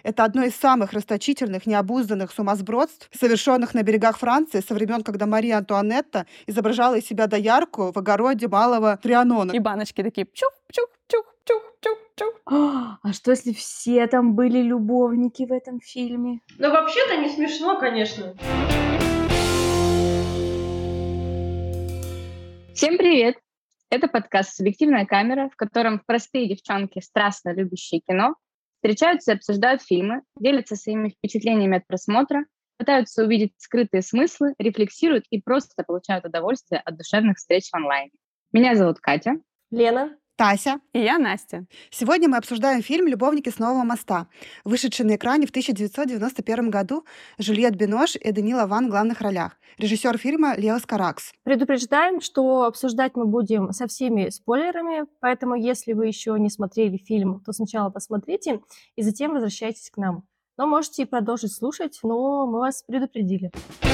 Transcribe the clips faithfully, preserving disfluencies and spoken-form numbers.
Это одно из самых расточительных, необузданных сумасбродств, совершенных на берегах Франции со времен, когда Мария Антуанетта изображала из себя доярку в огороде малого Трианона. И баночки такие чух-чух-чух-чух-чух-чух. А что, если все там были любовники в этом фильме? Ну, вообще-то не смешно, конечно. Всем привет! Это подкаст «Субъективная камера», в котором простые девчонки, страстно любящие кино, встречаются и обсуждают фильмы, делятся своими впечатлениями от просмотра, пытаются увидеть скрытые смыслы, рефлексируют и просто получают удовольствие от душевных встреч в онлайне. Меня зовут Катя. Лена. Тася. И я Настя. Сегодня мы обсуждаем фильм «Любовники с нового моста», вышедший на экране в тысяча девятьсот девяносто первом году, Жюльет Бинош и Дени Лован в главных ролях. Режиссер фильма Леос Каракс. Предупреждаем, что обсуждать мы будем со всеми спойлерами, поэтому если вы еще не смотрели фильм, то сначала посмотрите и затем возвращайтесь к нам. Но можете и продолжить слушать, но мы вас предупредили.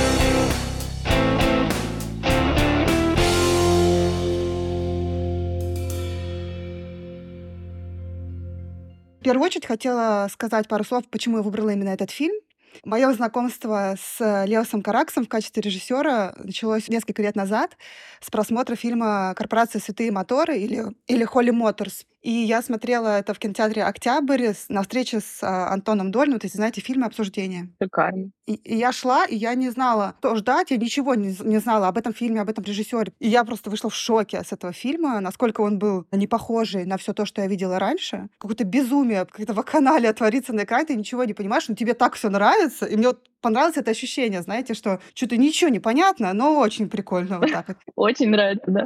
В первую очередь хотела сказать пару слов, почему я выбрала именно этот фильм. Мое знакомство с Леосом Караксом в качестве режиссера началось несколько лет назад с просмотра фильма «Корпорация Святые Моторы» или, или «Холли Моторс». И я смотрела это в кинотеатре «Октябрь» на встрече с а, Антоном Дольным, то есть, знаете, фильмы обсуждения. Шикарно. И, и я шла, и я не знала, что ждать, я ничего не, не знала об этом фильме, об этом режиссере. И я просто вышла в шоке с этого фильма, насколько он был не похожий на все то, что я видела раньше. Какое-то безумие, какое-то вакханалия творится на экране, ты ничего не понимаешь, но тебе так все нравится. И мне вот понравилось это ощущение, знаете, что что-то ничего не понятно, но очень прикольно вот так вот. Очень нравится, да?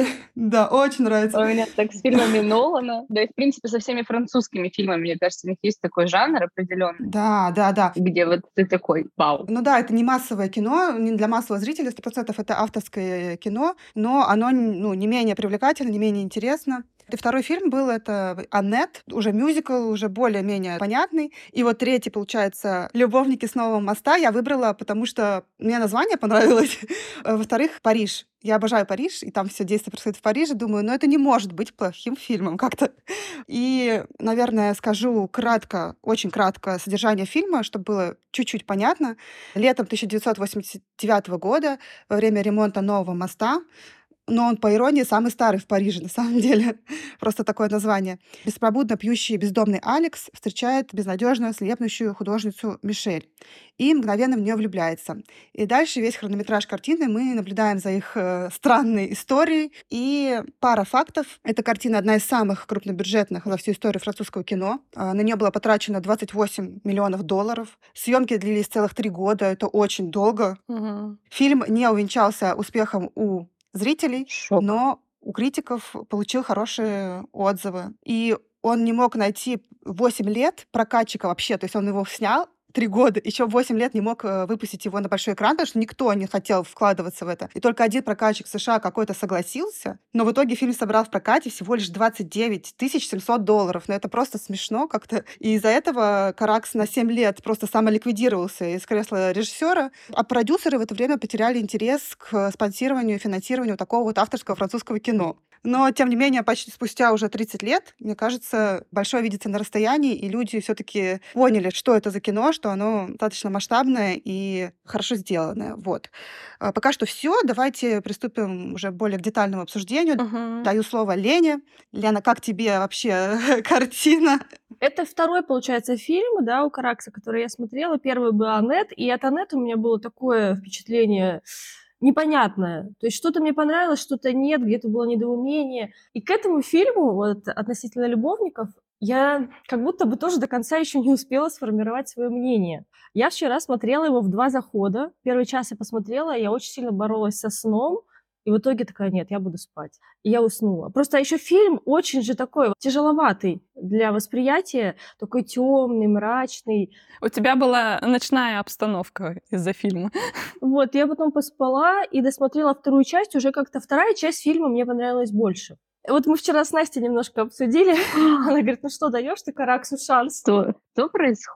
Да, очень нравится. У меня так с фильмами Нолана, да и, в принципе, со всеми французскими фильмами, мне кажется, у них есть такой жанр определенный, Да, да, да. где вот ты такой, вау. Ну да, это не массовое кино, не для массового зрителя, сто процентов это авторское кино, но оно ну, не менее привлекательно, не менее интересно. И второй фильм был, это «Аннет», уже мюзикл, уже более-менее понятный. И вот третий, получается, «Любовники с нового моста» я выбрала, потому что мне название понравилось. Во-вторых, Париж. Я обожаю Париж, и там все действие происходит в Париже. Думаю, ну это не может быть плохим фильмом как-то. И, наверное, скажу кратко, очень кратко содержание фильма, чтобы было чуть-чуть понятно. Летом тысяча девятьсот восемьдесят девятого года, во время ремонта нового моста, но он, по иронии, самый старый в Париже, на самом деле. Просто такое название. Беспробудно пьющий бездомный Алекс встречает безнадежно слепнущую художницу Мишель и мгновенно в нее влюбляется. И дальше весь хронометраж картины мы наблюдаем за их э, странной историей. И пара фактов. Эта картина одна из самых крупнобюджетных за всю историю французского кино. Э, на нее было потрачено двадцать восемь миллионов долларов. Съемки длились целых три года. Это очень долго. Угу. Фильм не увенчался успехом у зрителей, Шок. но у критиков получил хорошие отзывы. И он не мог найти восемь лет прокатчика вообще, то есть он его снял три года, еще восемь лет не мог э, выпустить его на большой экран, потому что никто не хотел вкладываться в это. И только один прокатчик в США какой-то согласился, но в итоге фильм собрал в прокате всего лишь двадцать девять тысяч семьсот долларов. Но это просто смешно как-то. И из-за этого Каракс на семь лет просто самоликвидировался из кресла режиссера, а продюсеры в это время потеряли интерес к спонсированию и финансированию такого вот авторского французского кино. Но, тем не менее, почти спустя уже тридцать лет, мне кажется, большое видится на расстоянии, и люди все-таки поняли, что это за кино, что оно достаточно масштабное и хорошо сделанное. Вот. А пока что все. Давайте приступим уже более к детальному обсуждению. Угу. Даю слово Лене. Лена, как тебе вообще картина? Это второй, получается, фильм, да, у Каракса, который я смотрела. Первый был «Аннет», и от «Аннет» у меня было такое впечатление непонятное. То есть что-то мне понравилось, что-то нет, где-то было недоумение. И к этому фильму, вот относительно любовников, я как будто бы тоже до конца еще не успела сформировать свое мнение. Я вчера смотрела его в два захода. Первый час я посмотрела, я очень сильно боролась со сном. И в итоге такая, нет, я буду спать. И я уснула. Просто еще фильм очень же такой тяжеловатый для восприятия, такой темный, мрачный. У тебя была ночная обстановка из-за фильма. Вот, я потом поспала и досмотрела вторую часть. Уже как-то вторая часть фильма мне понравилась больше. Вот мы вчера с Настей немножко обсудили. Она говорит, ну что, даешь ты Караксу шанс? Что? Что происходит?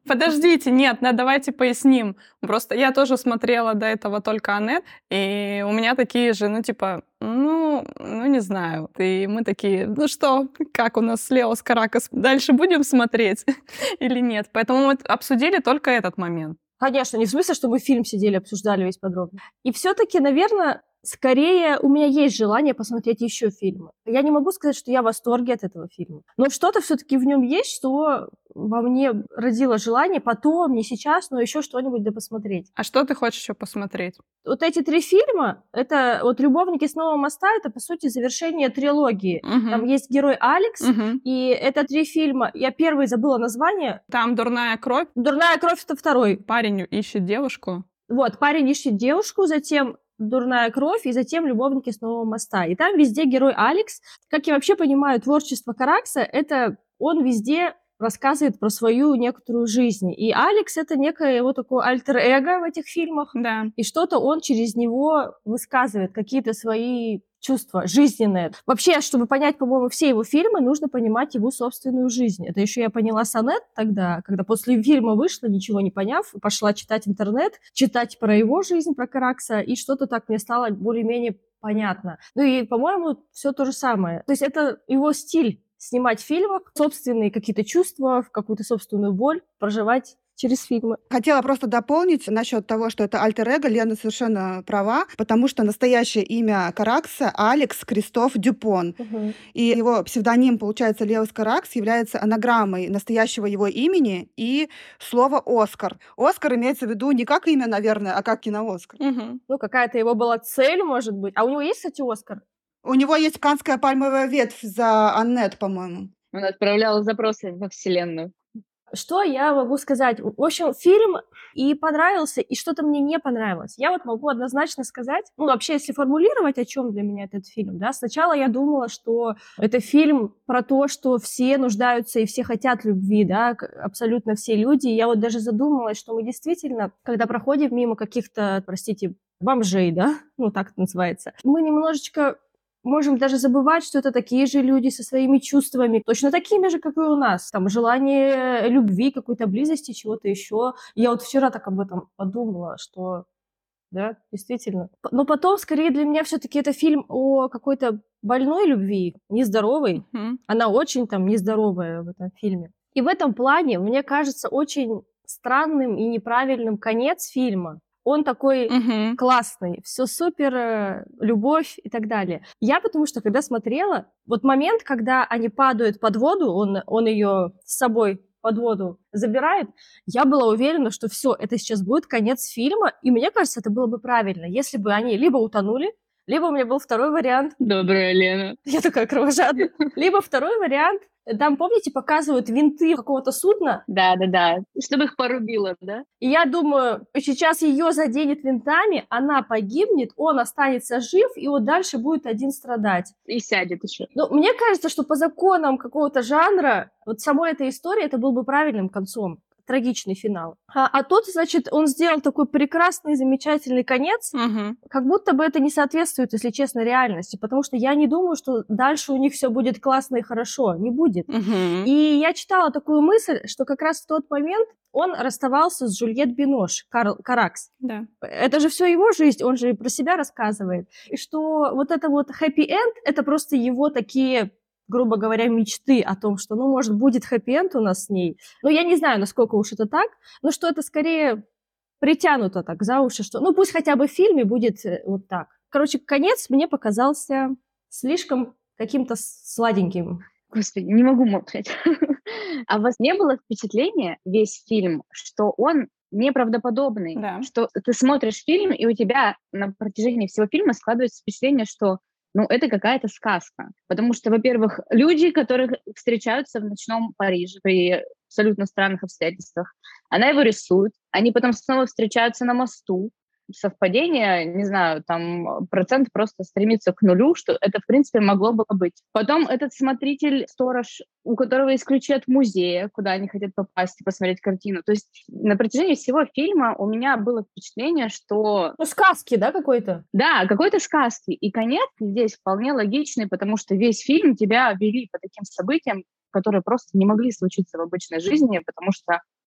Подождите, нет, ну, давайте поясним. Просто я тоже смотрела до этого только Аннет, и у меня такие же, ну, типа, ну, ну, не знаю. И мы такие, ну что, как у нас с Леос Каракас, дальше будем смотреть или нет? Поэтому мы обсудили только этот момент. Конечно, не в смысле, что мы фильм сидели, обсуждали весь подробно. И все-таки, наверное, скорее у меня есть желание посмотреть еще фильмы. Я не могу сказать, что я в восторге от этого фильма. Но что-то все-таки в нем есть, что во мне родило желание потом, не сейчас, но еще что-нибудь допосмотреть. А что ты хочешь еще посмотреть? Вот эти три фильма, это вот «Любовники с нового моста», это, по сути, завершение трилогии. Мгм. Там есть герой Алекс, Мгм. и это три фильма. Я первый забыла название. Там «Дурная кровь», «Дурная кровь» — это второй. парень ищет девушку. Вот, парень ищет девушку, затем «Дурная кровь» и затем «Любовники с нового моста». И там везде герой Алекс. Как я вообще понимаю, творчество Каракса — это он везде рассказывает про свою некоторую жизнь. И Алекс — это некое его такое альтер-эго в этих фильмах. Да. И что-то он через него высказывает, какие-то свои чувства жизненные. Вообще, чтобы понять, по-моему, все его фильмы, нужно понимать его собственную жизнь. Это еще я поняла с Аннет тогда, когда после фильма вышла, ничего не поняв, пошла читать интернет, читать про его жизнь, про Каракса, и что-то так мне стало более-менее понятно. Ну и, по-моему, все то же самое. То есть это его стиль — снимать в фильмах собственные какие-то чувства, какую-то собственную боль, проживать через фильмы. Хотела просто дополнить насчет того, что это альтер-эго. Лена совершенно права, потому что настоящее имя Каракса — Алекс Кристоф Дюпон. Угу. И его псевдоним, получается, Леос Каракс, является анаграммой настоящего его имени и слова «Оскар». Оскар имеется в виду не как имя, наверное, а как кино-Оскар. Мгм. Ну, какая-то его была цель, может быть. А у него есть, кстати, Оскар? У него есть канская пальмовая ветвь за Аннет, по-моему. Он отправлял запросы во Вселенную. Что я могу сказать? В общем, фильм и понравился, и что-то мне не понравилось. Я вот могу однозначно сказать, ну, вообще, если формулировать, о чем для меня этот фильм, да, сначала я думала, что это фильм про то, что все нуждаются и все хотят любви, да, к- абсолютно все люди. И я вот даже задумалась, что мы действительно, когда проходим мимо каких-то, простите, бомжей, да, ну, так это называется, мы немножечко можем даже забывать, что это такие же люди со своими чувствами, точно такими же, как и у нас. Там желание любви, какой-то близости, чего-то еще. Я вот вчера так об этом подумала, что, да, действительно. П- Но потом, скорее, для меня все-таки это фильм о какой-то больной любви, нездоровой. Мгм. Она очень там нездоровая в этом фильме. И в этом плане, мне кажется, очень странным и неправильным конец фильма. Он такой Мгм. классный, все супер, э, любовь и так далее. Я потому что, когда смотрела, вот момент, когда они падают под воду, он, он ее с собой под воду забирает, я была уверена, что все, это сейчас будет конец фильма, и мне кажется, это было бы правильно, если бы они либо утонули, либо у меня был второй вариант, Добрая Лена. я такая кровожадная, либо второй вариант, там, помните, показывают винты какого-то судна, Да-да-да. Чтобы их порубило, да? и я думаю, сейчас ее заденет винтами, она погибнет, он останется жив, и вот дальше будет один страдать. И сядет еще. Ну, мне кажется, что по законам какого-то жанра, вот самой этой истории это был бы правильным концом, трагичный финал. А, а тут, значит, он сделал такой прекрасный, замечательный конец, Мгм. как будто бы это не соответствует, если честно, реальности, потому что я не думаю, что дальше у них все будет классно и хорошо, не будет. Мгм. И я читала такую мысль, что как раз в тот момент он расставался с Жюльет Бинош, Карл Каракс. Да. Это же все его жизнь, он же и про себя рассказывает. И что вот это вот хэппи-энд, это просто его такие, грубо говоря, мечты о том, что, ну, может, будет хэппи-энд у нас с ней. Но я не знаю, насколько уж это так, но что это скорее притянуто так за уши, что, ну, пусть хотя бы в фильме будет э, вот так. Короче, конец мне показался слишком каким-то сладеньким. Господи, не могу молчать. А у вас не было впечатления весь фильм, что он неправдоподобный? Да. Что ты смотришь фильм, и у тебя на протяжении всего фильма складывается впечатление, что ну, это какая-то сказка. Потому что, во-первых, люди, которые встречаются в ночном Париже при абсолютно странных обстоятельствах, она его рисует, они потом снова встречаются на мосту. Совпадение, не знаю, там процент просто стремится к нулю, что это, в принципе, могло бы быть. Потом этот смотритель, сторож, у которого есть ключи от музея, куда они хотят попасть и посмотреть картину. То есть на протяжении всего фильма у меня было впечатление, что... Ну, сказки, да, какой-то? Да, какой-то сказки. И конец здесь вполне логичный, потому что весь фильм тебя вели по таким событиям, которые просто не могли случиться в обычной жизни, потому что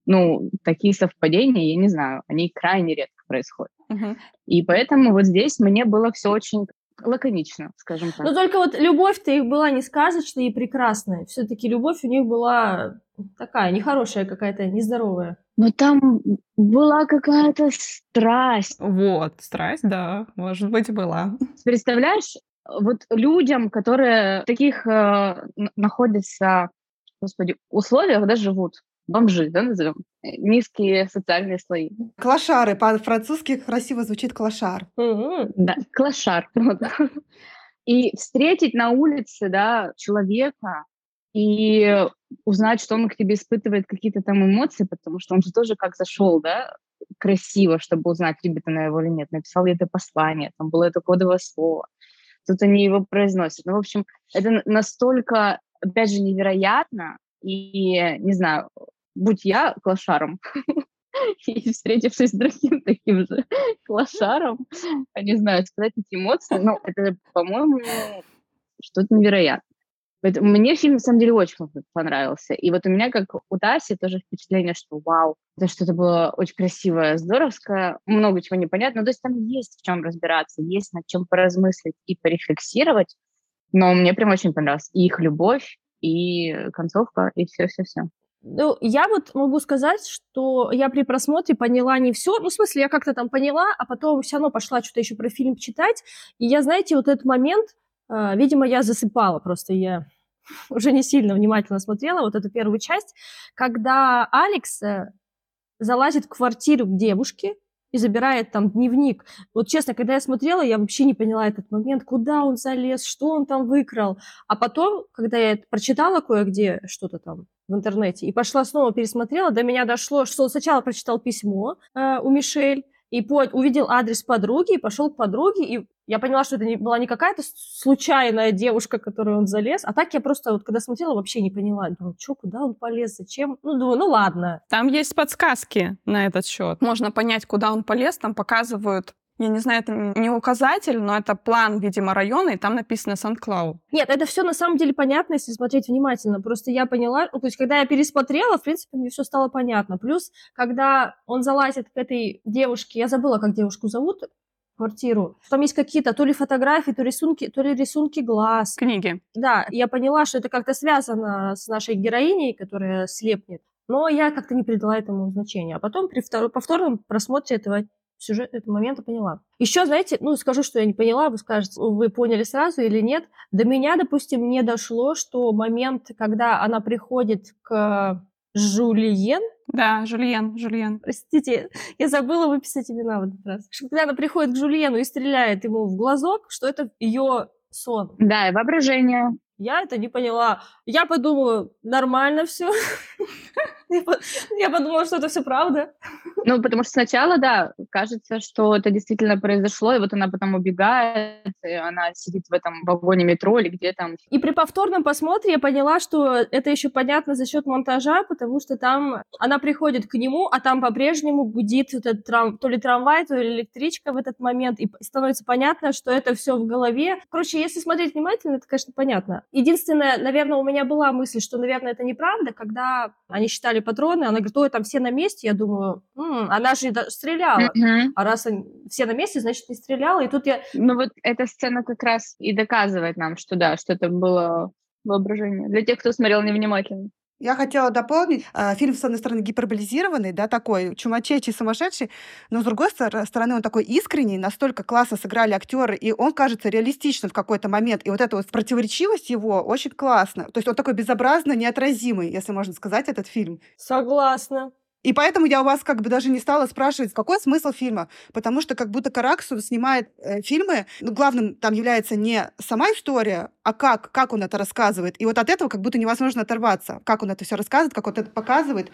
ну, такие совпадения, я не знаю, они крайне редко происходят. Мгм. И поэтому вот здесь мне было все очень лаконично, скажем так. Но только вот любовь-то их была не сказочная и прекрасная. Все-таки любовь у них была такая, нехорошая какая-то, нездоровая. Но там была какая-то страсть. Вот, страсть, да, может быть, была. Представляешь, вот людям, которые в таких э, н- находятся, господи, условиях, да, живут, бомжи, да, назовем, э, низкие социальные слои. Клошары. По-французски красиво звучит клошар. Мгм. Да, клошар. Вот. И встретить на улице, да, человека и узнать, что он к тебе испытывает какие-то там эмоции, потому что он же тоже как зашел, да, красиво, чтобы узнать, любит она его или нет. Написал ей это послание, там было это кодовое слово. Тут они его произносят. Ну, в общем, это н- настолько, опять же, невероятно. И, не знаю, будь я клошаром, и встретившись с другим таким же клошаром, я не знаю, сказать эти эмоции, но это, по-моему, что-то невероятное. Поэтому мне фильм, на самом деле, очень понравился. И вот у меня, как у Таси, тоже впечатление, что вау, это что-то было очень красивое, здоровское, много чего непонятно. Ну, то есть там есть в чем разбираться, есть над чем поразмыслить и порефлексировать. Но мне прям очень понравилось и их любовь, и концовка, и все-все-все. Ну, я вот могу сказать, что я при просмотре поняла не все. Ну, в смысле, я как-то там поняла, а потом все равно пошла что-то еще про фильм читать. И я, знаете, вот этот момент, э, видимо, я засыпала просто. Я уже не сильно внимательно смотрела вот эту первую часть, когда Алекс э, залазит в квартиру к девушке и забирает там дневник. Вот честно, когда я смотрела, я вообще не поняла этот момент, куда он залез, что он там выкрал. А потом, когда я это прочитала кое-где что-то там в интернете и пошла снова пересмотрела, до меня дошло, что он сначала прочитал письмо э, у Мишель, и по- увидел адрес подруги, и пошел к подруге, и я поняла, что это не, была не какая-то с- случайная девушка, к которой он залез, а так я просто вот когда смотрела, вообще не поняла. Думаю, что, куда он полез, зачем? Ну, думаю, ну ладно. Там есть подсказки на этот счет. Можно понять, куда он полез. Там показывают, я не знаю, это не указатель, но это план, видимо, района, и там написано Сан-Клау. Нет, это все на самом деле понятно, если смотреть внимательно. Просто я поняла, ну, то есть, когда я пересмотрела, в принципе, мне все стало понятно. Плюс, когда он залазит к этой девушке, я забыла, как девушку зовут, в квартиру, там есть какие-то то ли фотографии, то ли рисунки, то ли рисунки глаз. Книги. Да, я поняла, что это как-то связано с нашей героиней, которая слепнет, но я как-то не придала этому значения. А потом при втором, повторном просмотре этого сюжета, этого момента поняла. Еще, знаете, ну, скажу, что я не поняла, вы скажете, вы поняли сразу или нет. До меня, допустим, не дошло, что момент, когда она приходит к Жульен, Да, Жульен, Жульен. простите, я забыла выписать имена в этот раз, что когда она приходит к Жульену и стреляет ему в глазок, что это ее сон. Да, и воображение. Я это не поняла. Я подумала, нормально все. Я подумала, что это все правда. Ну, потому что сначала, да, кажется, что это действительно произошло, и вот она потом убегает, и она сидит в этом вагоне метро или где там. И при повторном просмотре я поняла, что это еще понятно за счет монтажа, потому что там она приходит к нему, а там по-прежнему гудит этот трам... то ли трамвай, то ли электричка в этот момент, и становится понятно, что это все в голове. Короче, если смотреть внимательно, это, конечно, понятно. Единственное, наверное, у меня была мысль, что, наверное, это неправда, когда они считали патроны, она говорит, ой, там все на месте, я думаю, м, она же да- стреляла, Мгм. а раз они все на месте, значит, не стреляла, и тут я... Ну вот эта сцена как раз и доказывает нам, что да, что это было воображение. Для тех, кто смотрел невнимательно. Я хотела дополнить. а, Фильм, с одной стороны, гиперболизированный, да, такой чумачечий, сумасшедший, но, с другой стор- стороны, он такой искренний, настолько классно сыграли актеры, и он кажется реалистичным в какой-то момент. И вот эта вот противоречивость его очень классно. То есть он такой безобразно неотразимый, если можно сказать, этот фильм. Согласна. И поэтому я у вас как бы даже не стала спрашивать, какой смысл фильма, потому что как будто Каракс снимает э, фильмы, ну, главным там является не сама история, а как, как он это рассказывает. И вот от этого как будто невозможно оторваться. Как он это все рассказывает, как он это показывает.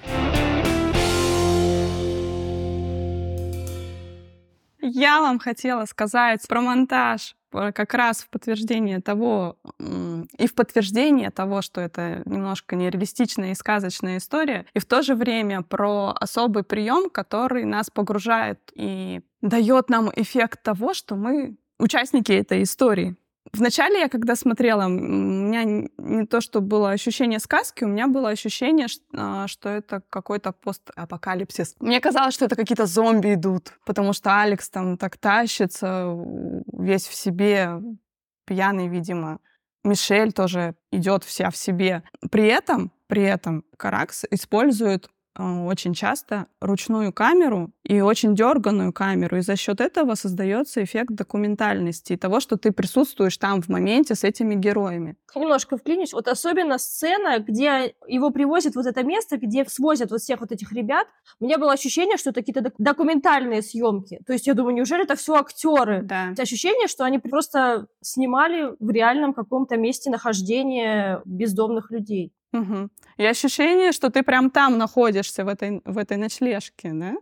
Я вам хотела сказать про монтаж, э, как раз в подтверждение того, м, и в подтверждение того, что это немножко нереалистичная и сказочная история, и в то же время про особый прием, который нас погружает и дает нам эффект того, что мы участники этой истории. Вначале я, когда смотрела, м, у меня н- не то, что было ощущение сказки, у меня было ощущение, ш- а, что это какой-то постапокалипсис. Мне казалось, что это какие-то зомби идут, потому что Алекс там так тащится, у- весь в себе, пьяный, видимо. Мишель тоже идет вся в себе. При этом, при этом Каракс использует а, очень часто ручную камеру и очень дерганую камеру, и за счет этого создается эффект документальности и того, что ты присутствуешь там в моменте с этими героями. Немножко вклинюсь. Вот особенно сцена, где его привозят в вот это место, где свозят вот всех вот этих ребят. У меня было ощущение, что это какие-то док- документальные съемки. То есть я думаю, неужели это все актеры? Да. Ощущение, что они просто снимали в реальном каком-то месте нахождения бездомных людей. Мгм. И ощущение, что ты прям там находишься, в этой, в этой ночлежке, да?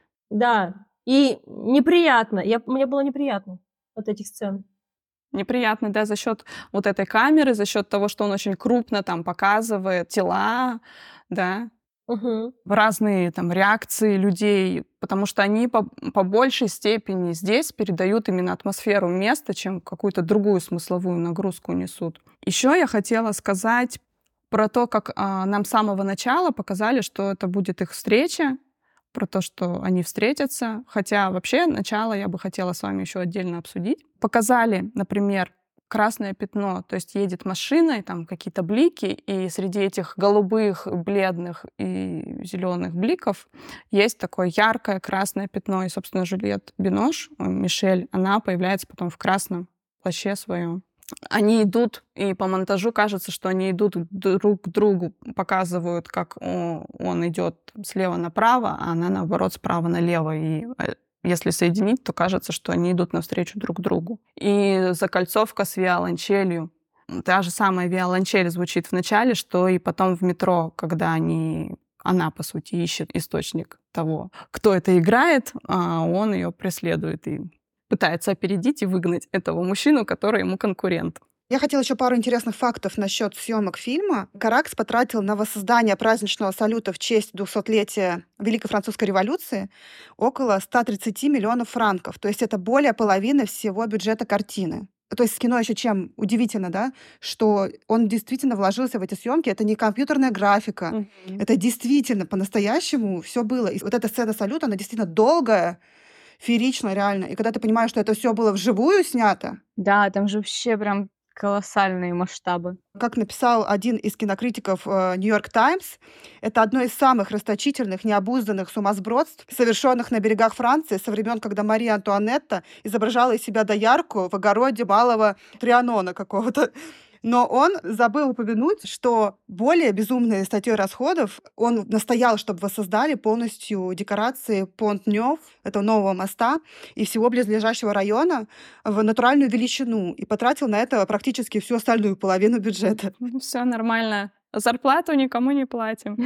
Да. И неприятно. Я, мне было неприятно от этих сцен. Неприятно, да, за счет вот этой камеры, за счет того, что он очень крупно там показывает тела, да, Угу. разные там реакции людей, потому что они по, по большей степени здесь передают именно атмосферу места, чем какую-то другую смысловую нагрузку несут. Еще я хотела сказать про то, как а, нам с самого начала показали, что это будет их встреча, про то, что они встретятся. Хотя вообще начало я бы хотела с вами еще отдельно обсудить. Показали, например, красное пятно, то есть едет машина, и там какие-то блики, и среди этих голубых, бледных и зеленых бликов есть такое яркое красное пятно. И, собственно, Жюльет Бинош, э, Мишель, она появляется потом в красном плаще своем. Они идут, и по монтажу кажется, что они идут друг к другу, показывают, как о- он идет слева направо, а она, наоборот, справа налево. И э, если соединить, то кажется, что они идут навстречу друг другу. И закольцовка с виолончелью. Та же самая виолончель звучит в начале, что и потом в метро, когда они... Она, по сути, ищет источник того, кто это играет, а он ее преследует и пытается опередить и выгнать этого мужчину, который ему конкурент. Я хотела еще пару интересных фактов насчет съемок фильма. Каракс потратил на воссоздание праздничного салюта в честь двухсотлетия Великой Французской революции около ста тридцати миллионов франков. То есть это более половины всего бюджета картины. То есть в кино еще чем удивительно, да, что он действительно вложился в эти съемки. Это не компьютерная графика, Мгм. это действительно по-настоящему все было. И вот эта сцена салюта, она действительно долгая, фееричная, реально. И когда ты понимаешь, что это все было вживую снято, Да, там же вообще прям колоссальные масштабы. как написал один из кинокритиков э, «Нью-Йорк Таймс», это одно из самых расточительных, необузданных сумасбродств, совершенных на берегах Франции со времен, когда Мария Антуанетта изображала из себя доярку в огороде малого Трианона какого-то. Но он забыл упомянуть, что более безумной статьей расходов он настоял, чтобы воссоздали полностью декорации Понт-Нёв, этого нового моста, и всего близлежащего района в натуральную величину, и потратил на это практически всю остальную половину бюджета. Все нормально. Зарплату никому не платим.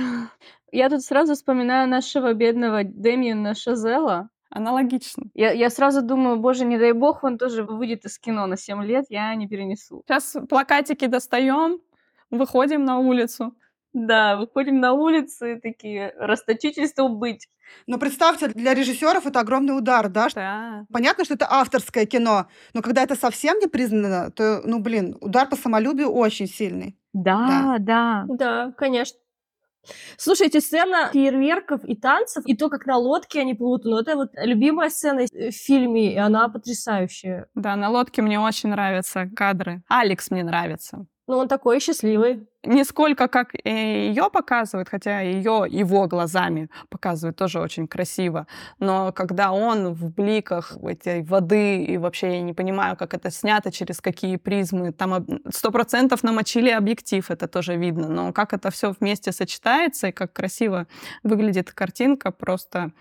Я тут сразу вспоминаю нашего бедного Дэмиена Шазела. Аналогично. Я, я сразу думаю, боже, не дай бог, он тоже выйдет из кино на семь лет, я не перенесу. Сейчас плакатики достаем, выходим на улицу. Да, выходим на улицы такие, расточительство быть. Но представьте, для режиссеров это огромный удар, да? Да. Понятно, что это авторское кино, но когда это совсем не признано, то, ну, блин, удар по самолюбию очень сильный. Да, да. Да, конечно. Слушайте, сцена фейерверков и танцев, и то, как на лодке они плывут, ну, это вот любимая сцена в фильме, и она потрясающая. Да, на лодке мне очень нравятся кадры. Алекс мне нравится. Ну, он такой счастливый. Не сколько как ее показывают, хотя ее его глазами показывают тоже очень красиво. Но когда он в бликах этой воды, и вообще я не понимаю, как это снято, через какие призмы, там сто процентов намочили объектив, это тоже видно. Но как это все вместе сочетается и как красиво выглядит картинка, просто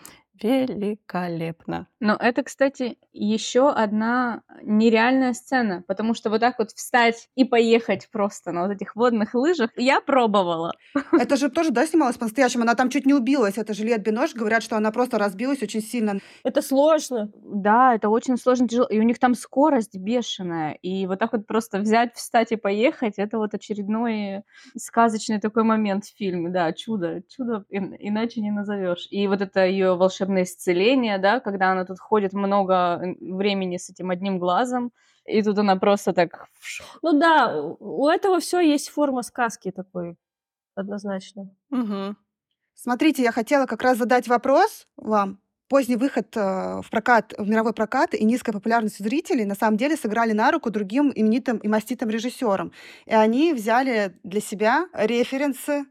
великолепно. Но это, кстати, еще одна нереальная сцена, потому что вот так вот встать и поехать просто на вот этих водных лыжах я пробовала. Это же тоже, да, снималось по-настоящему? Она там чуть не убилась. Это Жюльет Бинош. Говорят, что она просто разбилась очень сильно. Это сложно. Да, это очень сложно, тяжело. И у них там скорость бешеная. И вот так вот просто взять, встать и поехать, это вот очередной сказочный такой момент в фильме. Да, чудо. Чудо ин- иначе не назовешь. И вот это ее волшебная волшебное исцеление, да, когда она тут ходит много времени с этим одним глазом, и тут она просто так... Ну да, у этого все есть форма сказки такой, однозначно. Угу. Смотрите, я хотела как раз задать вопрос вам. Поздний выход э, в прокат, в мировой прокат и низкая популярность у зрителей на самом деле сыграли на руку другим именитым и маститым режиссерам. И они взяли для себя референсы.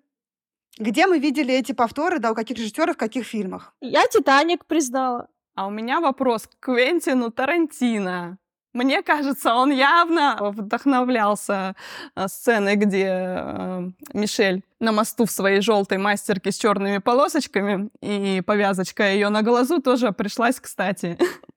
Где мы видели эти повторы, да, у каких режиссеров, в каких фильмах? Я «Титаник» признала. А у меня вопрос к Квентину Тарантино. Мне кажется, он явно вдохновлялся э, сценой, где э, Мишель на мосту в своей желтой мастерке с черными полосочками и повязочка ее на глазу тоже пришлась кстати.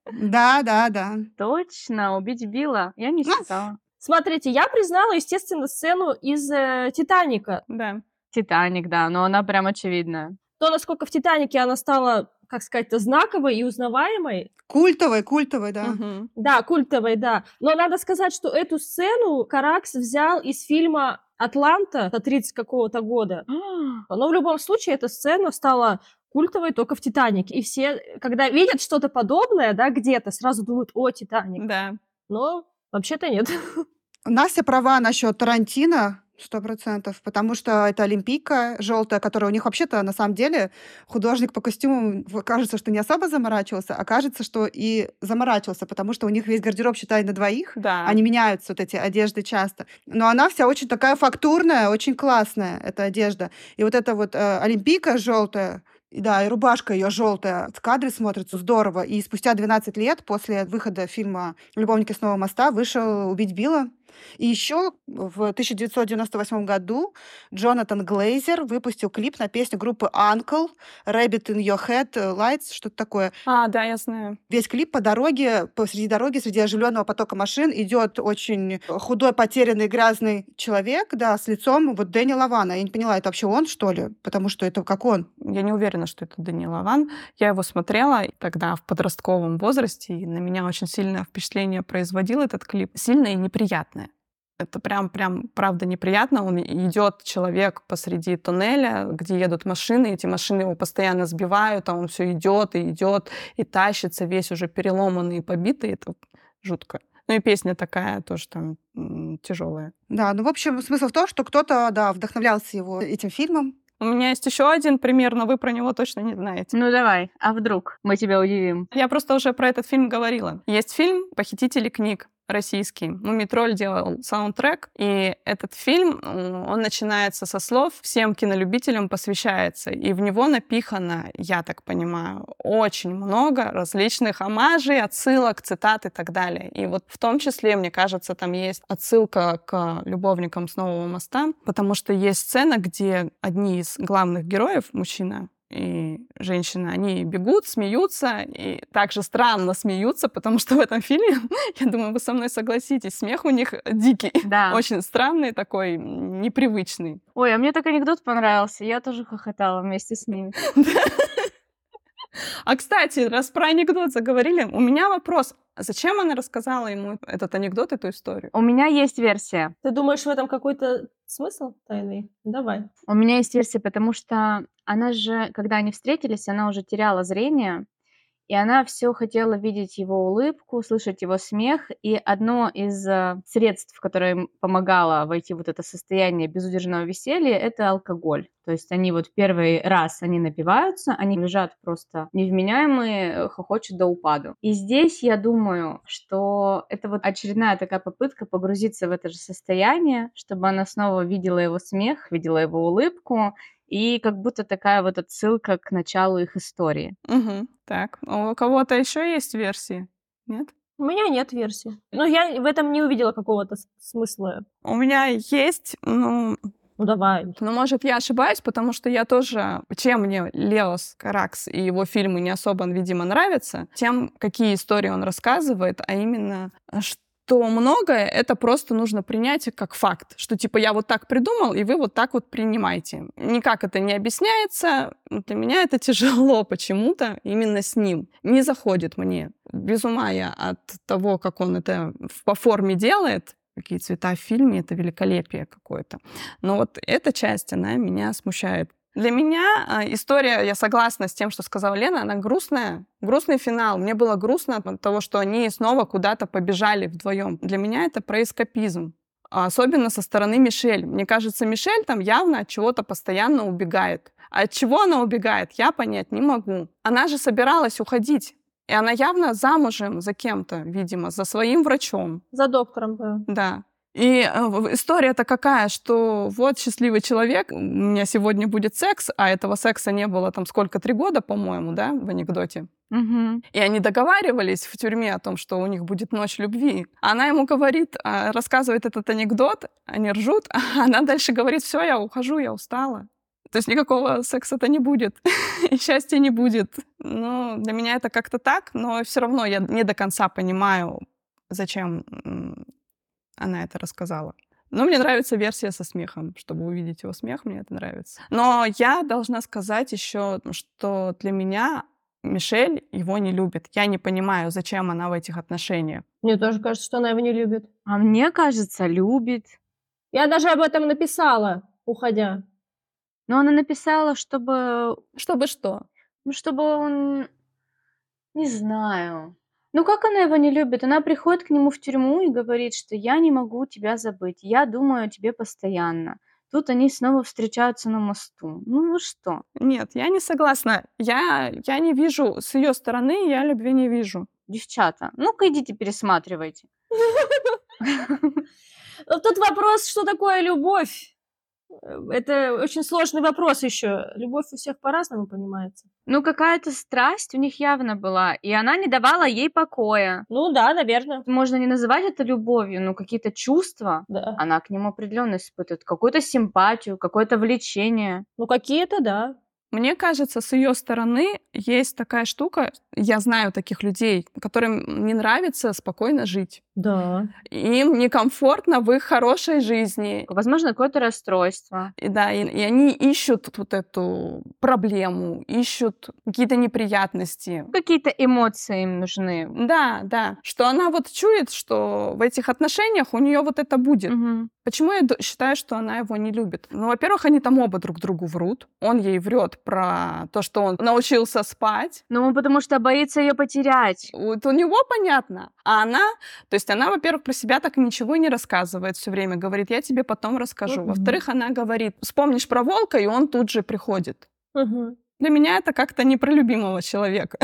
Да, да, да. Точно, «Убить Билла». Я не считала. Смотрите, я признала, естественно, сцену из э, «Титаника». Да. «Титаник», да, но она прям очевидная. То, насколько в «Титанике» она стала, как сказать-то, знаковой и узнаваемой. Культовой, культовой, да. Угу. Да, культовой, да. Но надо сказать, что эту сцену Каракс взял из фильма «Атланта» тридцать какого-то года. Но в любом случае эта сцена стала культовой только в «Титанике». И все, когда видят что-то подобное, да, где-то, сразу думают: о, «Титаник». Да. Но вообще-то нет. Настя права насчет Тарантино, сто процентов, потому что это олимпийка желтая, которая у них вообще-то на самом деле художник по костюмам, кажется, что не особо заморачивался, а кажется, что и заморачивался, потому что у них весь гардероб, считай, на двоих, Да. они меняются, вот эти одежды часто. Но она вся очень такая фактурная, очень классная, эта одежда. И вот эта вот э, олимпийка желтая, да, и рубашка ее желтая в кадре смотрится здорово. И спустя двенадцать лет после выхода фильма «Любовники с нового моста» вышел «Убить Билла». И еще в тысяча девятьсот девяносто восьмом году Джонатан Глейзер выпустил клип на песню группы Uncle «Rabbit in Your Head Lights», что-то такое. А, да, я знаю. Весь клип по дороге, посреди дороги, среди оживленного потока машин идет очень худой, потерянный, грязный человек, да, с лицом вот Дэнни Лавана. Я не поняла, это вообще он, что ли? Потому что это как он. Я не уверена, что это Дэнни Лаван. Я его смотрела тогда в подростковом возрасте, и на меня очень сильное впечатление производил этот клип. Сильное и неприятное. Это прям, прям, правда, неприятно. Он идет, человек, посреди туннеля, где едут машины, эти машины его постоянно сбивают, а он все идет и идет, и тащится, весь уже переломанный и побитый. Это жутко. Ну и песня такая тоже там м- тяжелая. Да, ну, в общем, смысл в том, что кто-то, да, вдохновлялся его этим фильмом. У меня есть еще один пример, но вы про него точно не знаете. Ну давай, а вдруг мы тебя удивим? Я просто уже про этот фильм говорила. Есть фильм «Похитители книг», российский. Мумитроль делал саундтрек, и этот фильм, он начинается со слов «Всем кинолюбителям посвящается», и в него напихано, я так понимаю, очень много различных омажей, отсылок, цитат и так далее. И вот в том числе, мне кажется, там есть отсылка к «Любовникам с нового моста», потому что есть сцена, где одни из главных героев, мужчина и женщина, они бегут, смеются, и также странно смеются, потому что в этом фильме, я думаю, вы со мной согласитесь, смех у них дикий, Да. очень странный такой, непривычный. Ой, а мне так анекдот понравился, я тоже хохотала вместе с ними. А, кстати, раз про анекдот заговорили, у меня вопрос. Зачем она рассказала ему этот анекдот, эту историю? У меня есть версия. Ты думаешь, в этом какой-то смысл тайный? Давай. У меня есть версия, потому что она же, когда они встретились, она уже теряла зрение, и она все хотела видеть его улыбку, слышать его смех. И одно из э, средств, которое им помогало войти в вот это состояние безудержного веселья, это алкоголь. То есть они вот первый раз они напиваются, они лежат просто невменяемые, хохочут до упаду. И здесь я думаю, что это вот очередная такая попытка погрузиться в это же состояние, чтобы она снова видела его смех, видела его улыбку, и как будто такая вот отсылка к началу их истории. Угу. Так, у кого-то еще есть версии? Нет? У меня нет версии. Ну, я в этом не увидела какого-то с- смысла. У меня есть, ну, Ну, давай. ну, может, я ошибаюсь, потому что я тоже... Чем мне Леос Каракс и его фильмы не особо, видимо, нравятся, тем, какие истории он рассказывает, а именно, что многое это просто нужно принять как факт, что типа я вот так придумал, и вы вот так вот принимаете. Никак это не объясняется. Для меня это тяжело почему-то именно с ним. Не заходит мне. Без ума я от того, как он это по форме делает, какие цвета в фильме, это великолепие какое-то. Но вот эта часть, она меня смущает Для меня а, история, я согласна с тем, что сказала Лена, она грустная. Грустный финал. Мне было грустно от того, что они снова куда-то побежали вдвоем. Для меня это про эскапизм. А особенно со стороны Мишель. Мне кажется, Мишель там явно от чего-то постоянно убегает. А от чего она убегает, я понять не могу. Она же собиралась уходить. И она явно замужем за кем-то, видимо, за своим врачом. За доктором, да. Да. И э, история-то какая, что вот счастливый человек, у меня сегодня будет секс, а этого секса не было там сколько, три года, по-моему, да, в анекдоте. Мгм. И они договаривались в тюрьме о том, что у них будет ночь любви. Она ему говорит, а, рассказывает этот анекдот, они ржут, а она дальше говорит, все, я ухожу, я устала. То есть никакого секса-то не будет, и счастья не будет. Ну, для меня это как-то так, но все равно я не до конца понимаю, зачем м, она это рассказала. Но мне нравится версия со смехом. Чтобы увидеть его смех, мне это нравится. Но я должна сказать еще, что для меня Мишель его не любит. Я не понимаю, зачем она в этих отношениях. Мне тоже кажется, что она его не любит. А мне кажется, любит. Я даже об этом написала, уходя. Но она написала, чтобы, Чтобы что? ну, чтобы он, не знаю. Ну, как она его не любит? Она приходит к нему в тюрьму и говорит, что я не могу тебя забыть, я думаю о тебе постоянно. Тут они снова встречаются на мосту. Ну, ну что? Нет, я не согласна. Я, я не вижу, с ее стороны я любви не вижу. Девчата, ну-ка идите пересматривайте. Тут вопрос, что такое любовь. Это очень сложный вопрос еще. Любовь у всех по-разному понимается. Ну, какая-то страсть у них явно была, и она не давала ей покоя. Ну да, наверное. Можно не называть это любовью, но какие-то чувства Да. она к нему определенно испытывает. Какую-то симпатию, какое-то влечение. Ну какие-то, да. Мне кажется, с ее стороны есть такая штука, я знаю таких людей, которым не нравится спокойно жить. Да. Им некомфортно в их хорошей жизни. Возможно, какое-то расстройство. И да, и, и они ищут вот эту проблему, ищут какие-то неприятности. Какие-то эмоции им нужны. Да, да. Что она вот чует, что в этих отношениях у нее вот это будет. Мгм. Почему я д- считаю, что она его не любит? Ну, во-первых, они там оба друг другу врут. Он ей врет про то, что он научился спать. Ну, потому что боится ее потерять. Вот у него понятно. А она, то есть она, во-первых, про себя так ничего не рассказывает все время. Говорит, я тебе потом расскажу. Мгм. Во-вторых, она говорит, вспомнишь про волка, и он тут же приходит. Мгм. Для меня это как-то не про любимого человека.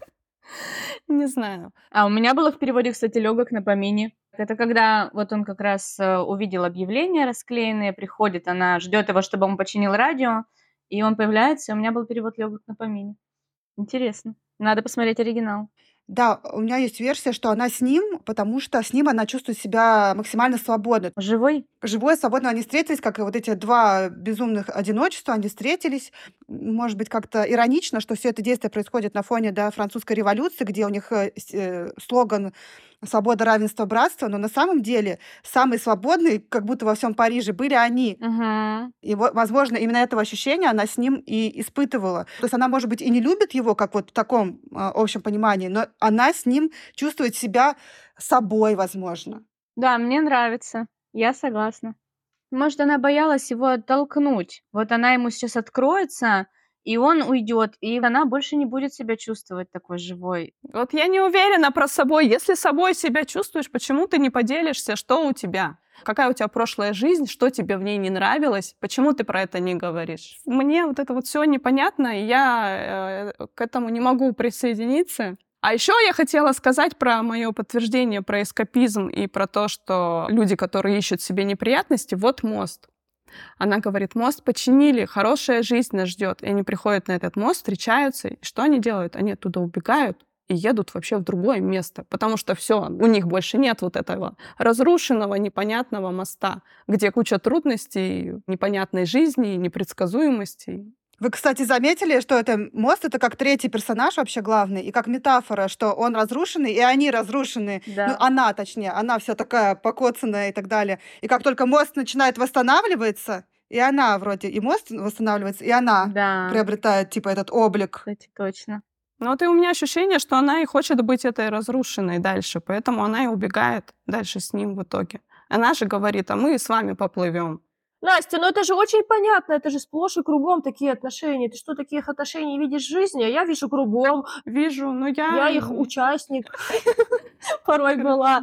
Не знаю. А у меня было в переводе, кстати, легок на помине. Это когда вот он как раз э, увидел объявления расклеенные, приходит, она ждет его, чтобы он починил радио, и он появляется, и у меня был перевод легок на помине. Интересно. Надо посмотреть оригинал. Да, у меня есть версия, что она с ним, потому что с ним она чувствует себя максимально свободно. Живой? Живое, свободно они встретились, как и вот эти два безумных одиночества, они встретились. Может быть, как-то иронично, что все это действие происходит на фоне, да, французской революции, где у них э, с- э, слоган «Свобода, равенство, братство», но на самом деле самые свободные, как будто во всем Париже, были они. Угу. И, вот, возможно, именно этого ощущения она с ним и испытывала. То есть она, может быть, и не любит его, как вот в таком а, общем понимании, но она с ним чувствует себя собой, возможно. Да, мне нравится. Я согласна. Может, она боялась его оттолкнуть. Вот она ему сейчас откроется, и он уйдет, и она больше не будет себя чувствовать такой живой. Вот я не уверена про собой. Если собой себя чувствуешь, почему ты не поделишься, что у тебя? Какая у тебя прошлая жизнь, что тебе в ней не нравилось, почему ты про это не говоришь? Мне вот это вот все непонятно, и я э, к этому не могу присоединиться. А еще я хотела сказать про мое подтверждение про эскапизм и про то, что люди, которые ищут себе неприятности, вот мост. Она говорит, мост починили, хорошая жизнь нас ждет. И они приходят на этот мост, встречаются. И что они делают? Они оттуда убегают и едут вообще в другое место. Потому что все, у них больше нет вот этого разрушенного, непонятного моста, где куча трудностей, непонятной жизни, непредсказуемости. Вы, кстати, заметили, что это мост, это как третий персонаж вообще главный, и как метафора, что он разрушенный, и они разрушены. Да. Ну, она, точнее, она вся такая покоцанная и так далее. И как только мост начинает восстанавливаться, и она вроде, и мост восстанавливается, и она Да, приобретает, типа, этот облик. кстати, точно. Ну вот и у меня ощущение, что она и хочет быть этой разрушенной дальше, поэтому она и убегает дальше с ним в итоге. Она же говорит, а мы с вами поплывем. Настя, ну это же очень понятно, это же сплошь и кругом такие отношения. Ты что, таких отношений видишь в жизни? А я вижу кругом. Вижу, но Я я... их участник порой была.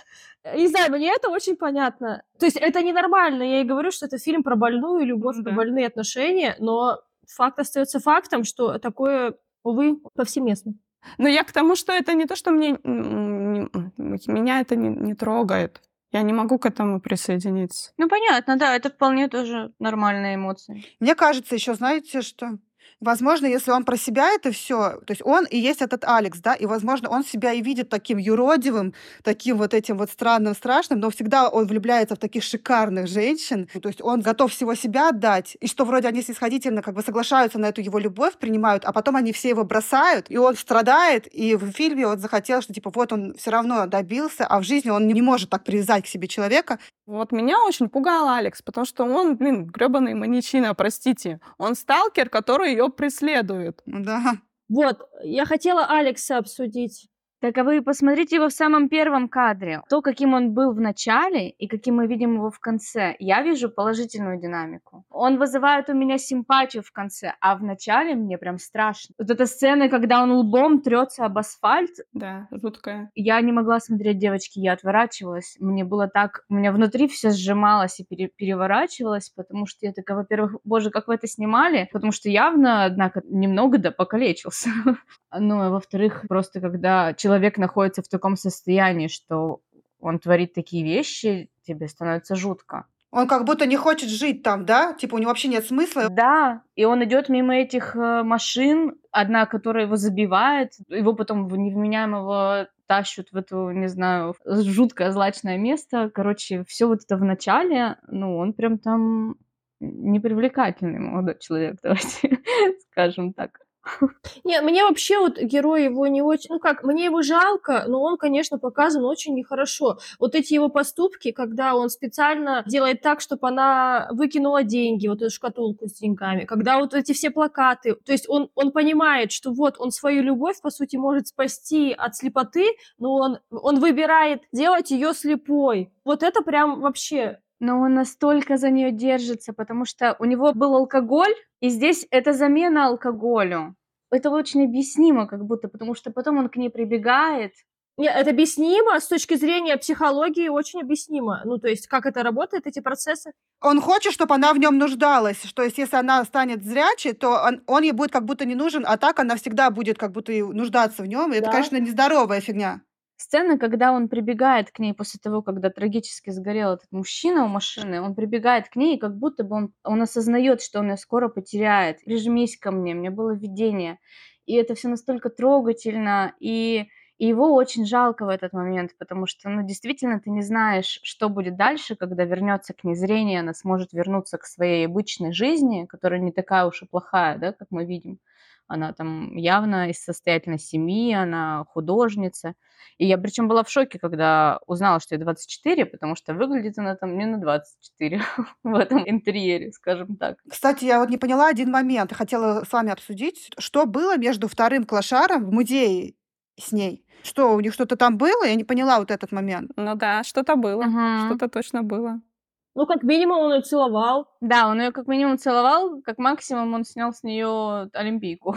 Не знаю, мне это очень понятно. То есть это ненормально. Я и говорю, что это фильм про больную любовь, Ну про да. больные отношения, но факт остается фактом, что такое, увы, повсеместно. Но я к тому, что это не то, что мне... м, не- м, меня это не, не трогает. Я не могу к этому присоединиться. Ну, понятно, да, это вполне тоже нормальные эмоции. Мне кажется, еще, знаете, что, возможно, если он про себя это все, то есть он и есть этот Алекс, да, и, возможно, он себя и видит таким юродивым, таким вот этим вот странным, страшным, но всегда он влюбляется в таких шикарных женщин, то есть он готов всего себя отдать, и что вроде они снисходительно как бы соглашаются на эту его любовь, принимают, а потом они все его бросают, и он страдает, и в фильме он захотел, что типа вот он все равно добился, а в жизни он не может так привязать к себе человека. Вот меня очень пугал Алекс, потому что он, блин, грёбаный маньячина, простите. Он сталкер, который ее преследует. Ну да. Вот, я хотела Алекса обсудить. Так а вы посмотрите его в самом первом кадре. То, каким он был в начале и каким мы видим его в конце. Я вижу положительную динамику. Он вызывает у меня симпатию в конце, а в начале мне прям страшно. Вот эта сцена, когда он лбом трется об асфальт, Да, жуткая. я не могла смотреть, девочки, я отворачивалась. Мне было так... У меня внутри все сжималось и пере- переворачивалось, потому что я такая, во-первых, боже, как вы это снимали? Потому что явно, однако, немного да покалечился. Ну, а во-вторых, просто когда человек находится в таком состоянии, что он творит такие вещи, тебе становится жутко. Он как будто не хочет жить там, да? Типа у него вообще нет смысла. Да, и он идет мимо этих э, машин, одна, которая его забивает, его потом в невменяемого тащут в эту, не знаю, жуткое злачное место. Короче, все вот это в начале, ну, он прям там непривлекательный молодой человек, давайте скажем так. Не, мне вообще вот герой его не очень... Ну как, мне его жалко, но он, конечно, показан очень нехорошо. Вот эти его поступки, когда он специально делает так, чтобы она выкинула деньги, вот эту шкатулку с деньгами, когда вот эти все плакаты... То есть он, он понимает, что вот он свою любовь, по сути, может спасти от слепоты, но он, он выбирает делать ее слепой. Вот это прям вообще... Но он настолько за нее держится, потому что у него был алкоголь, и здесь это замена алкоголю. Это очень объяснимо как будто, потому что потом он к ней прибегает. Не, это объяснимо, с точки зрения психологии очень объяснимо. Ну, то есть, как это работает, эти процессы. Он хочет, чтобы она в нем нуждалась, что есть, если она станет зрячей, то он, он ей будет как будто не нужен, а так она всегда будет как будто и нуждаться в нем. И это, Да. конечно, нездоровая фигня. Сцена, когда он прибегает к ней после того, когда трагически сгорел этот мужчина у машины, он прибегает к ней, и как будто бы он, он осознает, что он ее скоро потеряет. «Прижмись ко мне», мне было видение. И это все настолько трогательно, и, и его очень жалко в этот момент, потому что, ну, действительно, ты не знаешь, что будет дальше, когда вернется к ней зрение, она сможет вернуться к своей обычной жизни, которая не такая уж и плохая, да, как мы видим. Она там явно из состоятельной семьи, она художница. И я причем была в шоке, когда узнала, что ей двадцать четыре, потому что выглядит она там не на двадцать четыре в этом интерьере, скажем так. Кстати, я вот не поняла один момент. Хотела с вами обсудить, что было между вторым клошаром в музее с ней. Что, у них что-то там было? Я не поняла вот этот момент. Ну да, что-то было. Мгм. Что-то точно было. Ну, как минимум, он ее целовал. Да, он ее как минимум целовал, как максимум он снял с нее олимпийку.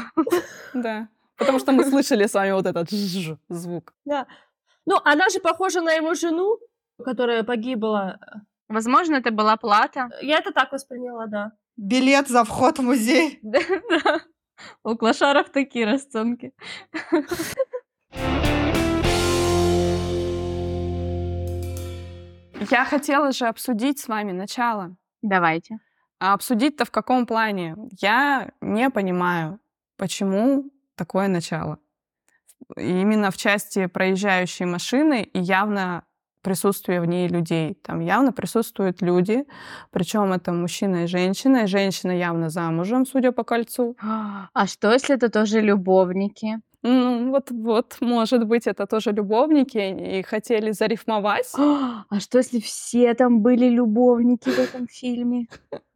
Да. Потому что мы слышали с вами вот этот жжж звук. Да. Ну, она же похожа на его жену, которая погибла. Возможно, это была плата. Я это так восприняла, да. Билет за вход в музей. Да, да. У клошаров такие расценки. Я хотела же обсудить с вами начало. Давайте. А обсудить-то в каком плане? Я не понимаю, почему такое начало. Именно в части проезжающей машины и явно присутствие в ней людей. Там явно присутствуют люди, причем это мужчина и женщина, и женщина явно замужем, судя по кольцу. А что, если это тоже любовники? Ну, вот, вот, может быть, это тоже любовники и хотели зарифмовать. А что, если все там были любовники в этом фильме?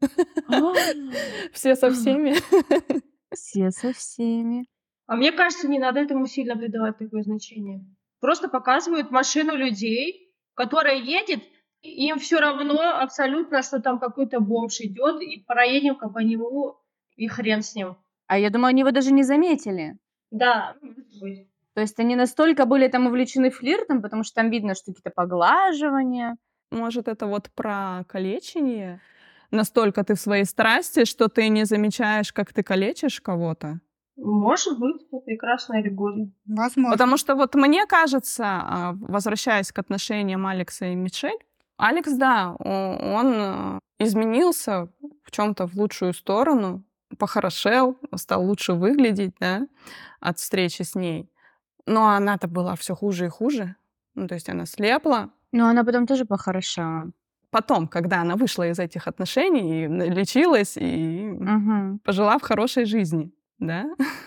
Все со всеми. Все со всеми. А мне кажется, не надо этому сильно придавать такое значение. Просто показывают машину людей, которая едет Им все равно абсолютно, что там какой-то бомж идет, и проедем-ка по нему, и хрен с ним. А я думаю, они его даже не заметили. Да, может быть. То есть они настолько были там увлечены флиртом, потому что там видно, что какие-то поглаживания. Может, это вот про калечение? Настолько ты в своей страсти, что ты не замечаешь, как ты калечишь кого-то? Может быть, это прекрасная аллегория. Возможно. Потому что вот мне кажется, а, возвращаясь к отношениям Алекса и Мишель, Алекс, да, о- он э, изменился в чем-то в лучшую сторону, похорошел, стал лучше выглядеть, да, от встречи с ней. Но она-то была все хуже и хуже. Ну, то есть она слепла. Но она потом тоже похорошела. Потом, когда она вышла из этих отношений, и лечилась, и Угу. пожила в хорошей жизни, да?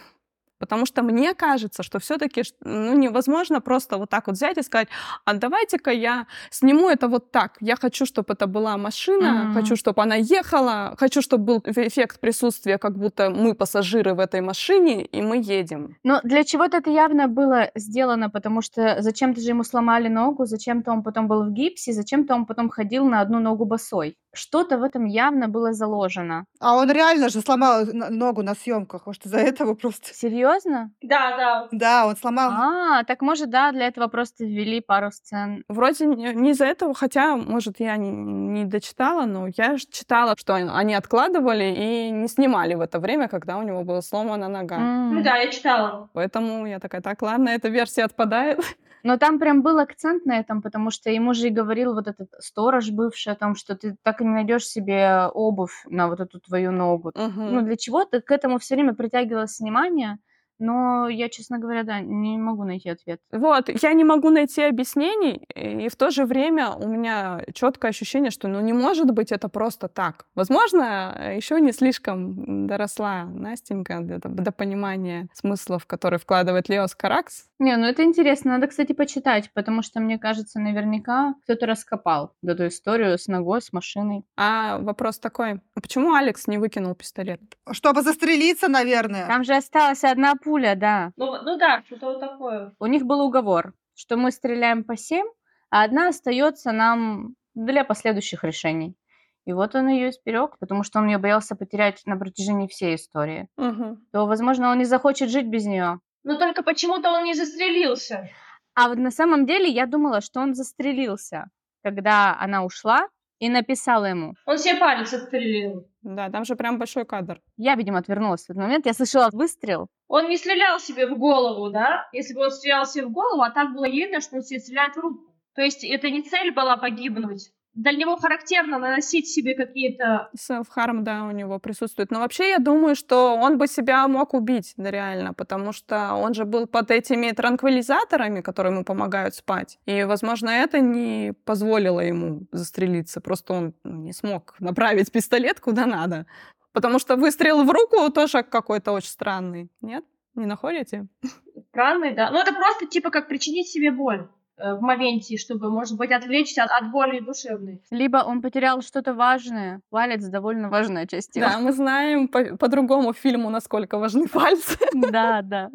Потому что мне кажется, что все-таки ну, невозможно просто вот так вот взять и сказать, а давайте-ка я сниму это вот так. Я хочу, чтобы это была машина, Мгм. хочу, чтобы она ехала, хочу, чтобы был эффект присутствия, как будто мы пассажиры в этой машине, и мы едем. Но для чего-то это явно было сделано, потому что зачем-то же ему сломали ногу, зачем-то он потом был в гипсе, зачем-то он потом ходил на одну ногу босой. Что-то в этом явно было заложено. А он реально же сломал н- ногу на съемках, может, из-за этого просто... Серьезно? Да, да. Да, он сломал... А, так может, да, для этого просто ввели пару сцен. Вроде не не из-за этого, хотя, может, я не, не дочитала, но я ж читала, что он- они откладывали и не снимали в это время, когда у него была сломана нога. М. Ну да, я читала. Поэтому я такая, так, ладно, эта версия отпадает. Но там прям был акцент на этом, потому что ему же и говорил вот этот сторож бывший о том, что ты так и не найдешь себе обувь на вот эту твою ногу. Мгм. Ну, для чего-то к этому все время притягивалось внимание, но я, честно говоря, да, не могу найти ответ. Вот, я не могу найти объяснений, и в то же время у меня четкое ощущение, что ну не может быть это просто так. Возможно, еще не слишком доросла Настенька до, до понимания смыслов, которые вкладывает Леос Каракс. Не, ну это интересно, надо, кстати, почитать, потому что, мне кажется, наверняка кто-то раскопал эту историю с ногой, с машиной. А вопрос такой, а почему Алекс не выкинул пистолет? Чтобы застрелиться, наверное. Там же осталась одна пуля, да. Ну, ну да, что-то вот такое. У них был уговор, что мы стреляем по семь, а одна остается нам для последующих решений. И вот он ее исперег, потому что он ее боялся потерять на протяжении всей истории. Мгм. То, возможно, он не захочет жить без нее. Но только почему-то он не застрелился. А вот на самом деле я думала, что он застрелился, когда она ушла и написала ему. Он себе палец отстрелил. Да, там же прям большой кадр. Я, видимо, отвернулась в этот момент. Я слышала выстрел. Он не стрелял себе в голову, да? Если бы он стрелял себе в голову, а так было видно, что он себе стреляет в руку. То есть это не цель была погибнуть. Для него характерно наносить себе какие-то... Self-harm, да, у него присутствует. Но вообще я думаю, что он бы себя мог убить, да, реально, потому что он же был под этими транквилизаторами, которые ему помогают спать. И, возможно, это не позволило ему застрелиться. Просто он ну, не смог направить пистолет куда надо. Потому что выстрел в руку тоже какой-то очень странный. Нет? Не находите? Странный, да? Ну это просто типа как причинить себе боль э, в моменте, чтобы, может быть, отвлечься от, от боли душевной. Либо он потерял что-то важное. Палец довольно важная часть тела. Да, мы знаем по, по другому фильму, насколько важны пальцы. Да, да.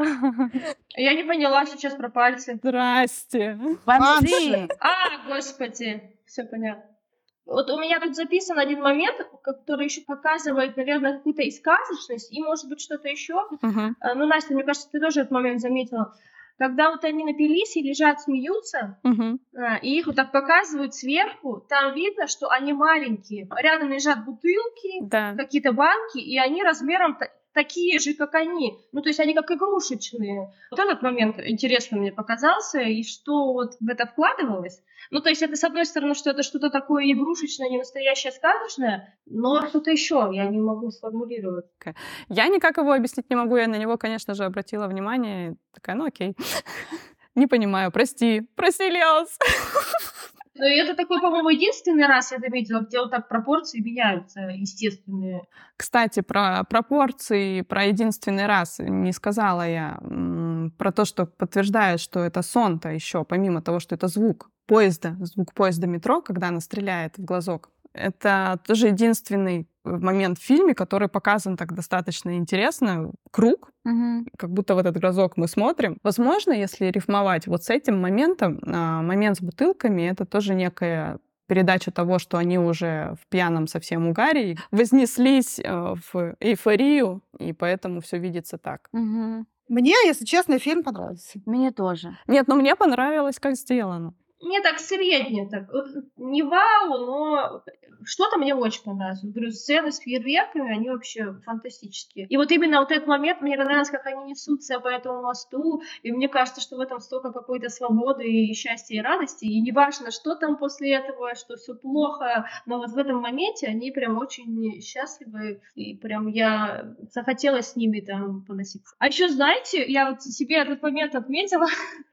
Я не поняла сейчас про пальцы. Здрасте. Банши. А, господи, все понятно. Вот у меня тут записан один момент, который еще показывает, наверное, какую-то и сказочность, и, может быть, что-то еще. Мгм. А, Ну, Настя, мне кажется, ты тоже этот момент заметила. Когда вот они напились и лежат, смеются, Мгм. а, и их вот так показывают сверху, там видно, что они маленькие. Рядом лежат бутылки, Да. какие-то банки, и они размером та- такие же, как они. Ну, то есть они как игрушечные. Вот этот момент интересно мне показался, и что вот в это вкладывалось. Ну, то есть это, с одной стороны, что это что-то такое игрушечное, не настоящее, сказочное, но что-то еще я не могу сформулировать. Я никак его объяснить не могу. Я на него, конечно же, обратила внимание. Такая, ну окей. Не понимаю, прости. Прости, Леос. Ну, и это такой, по-моему, единственный раз я заметила, где вот так пропорции меняются, естественные. Кстати, про пропорции, про единственный раз не сказала я. М, Про то, что подтверждает, что это сон-то еще, помимо того, что это звук поезда, звук поезда метро, когда она стреляет в глазок. Это тоже единственный момент в фильме, который показан так достаточно интересно. Круг, Мгм. как будто в этот глазок мы смотрим. Возможно, если рифмовать вот с этим моментом, а, момент с бутылками — это тоже некая передача того, что они уже в пьяном совсем угаре, вознеслись в эйфорию, и поэтому все видится так. Мгм. Мне, если честно, фильм понравился. Мне тоже. Нет, но мне понравилось, как сделано. Мне так средне, так вот, не вау, но что-то мне очень понравилось. Вот говорю, сцены с фейерверками, они вообще фантастические. И вот именно вот этот момент, мне понравилось, как они несутся по этому мосту, и мне кажется, что в этом столько какой-то свободы и счастья и радости, и неважно, что там после этого, что все плохо, но вот в этом моменте они прям очень счастливы, и прям я захотела с ними там поноситься. А еще, знаете, я вот себе этот момент отметила,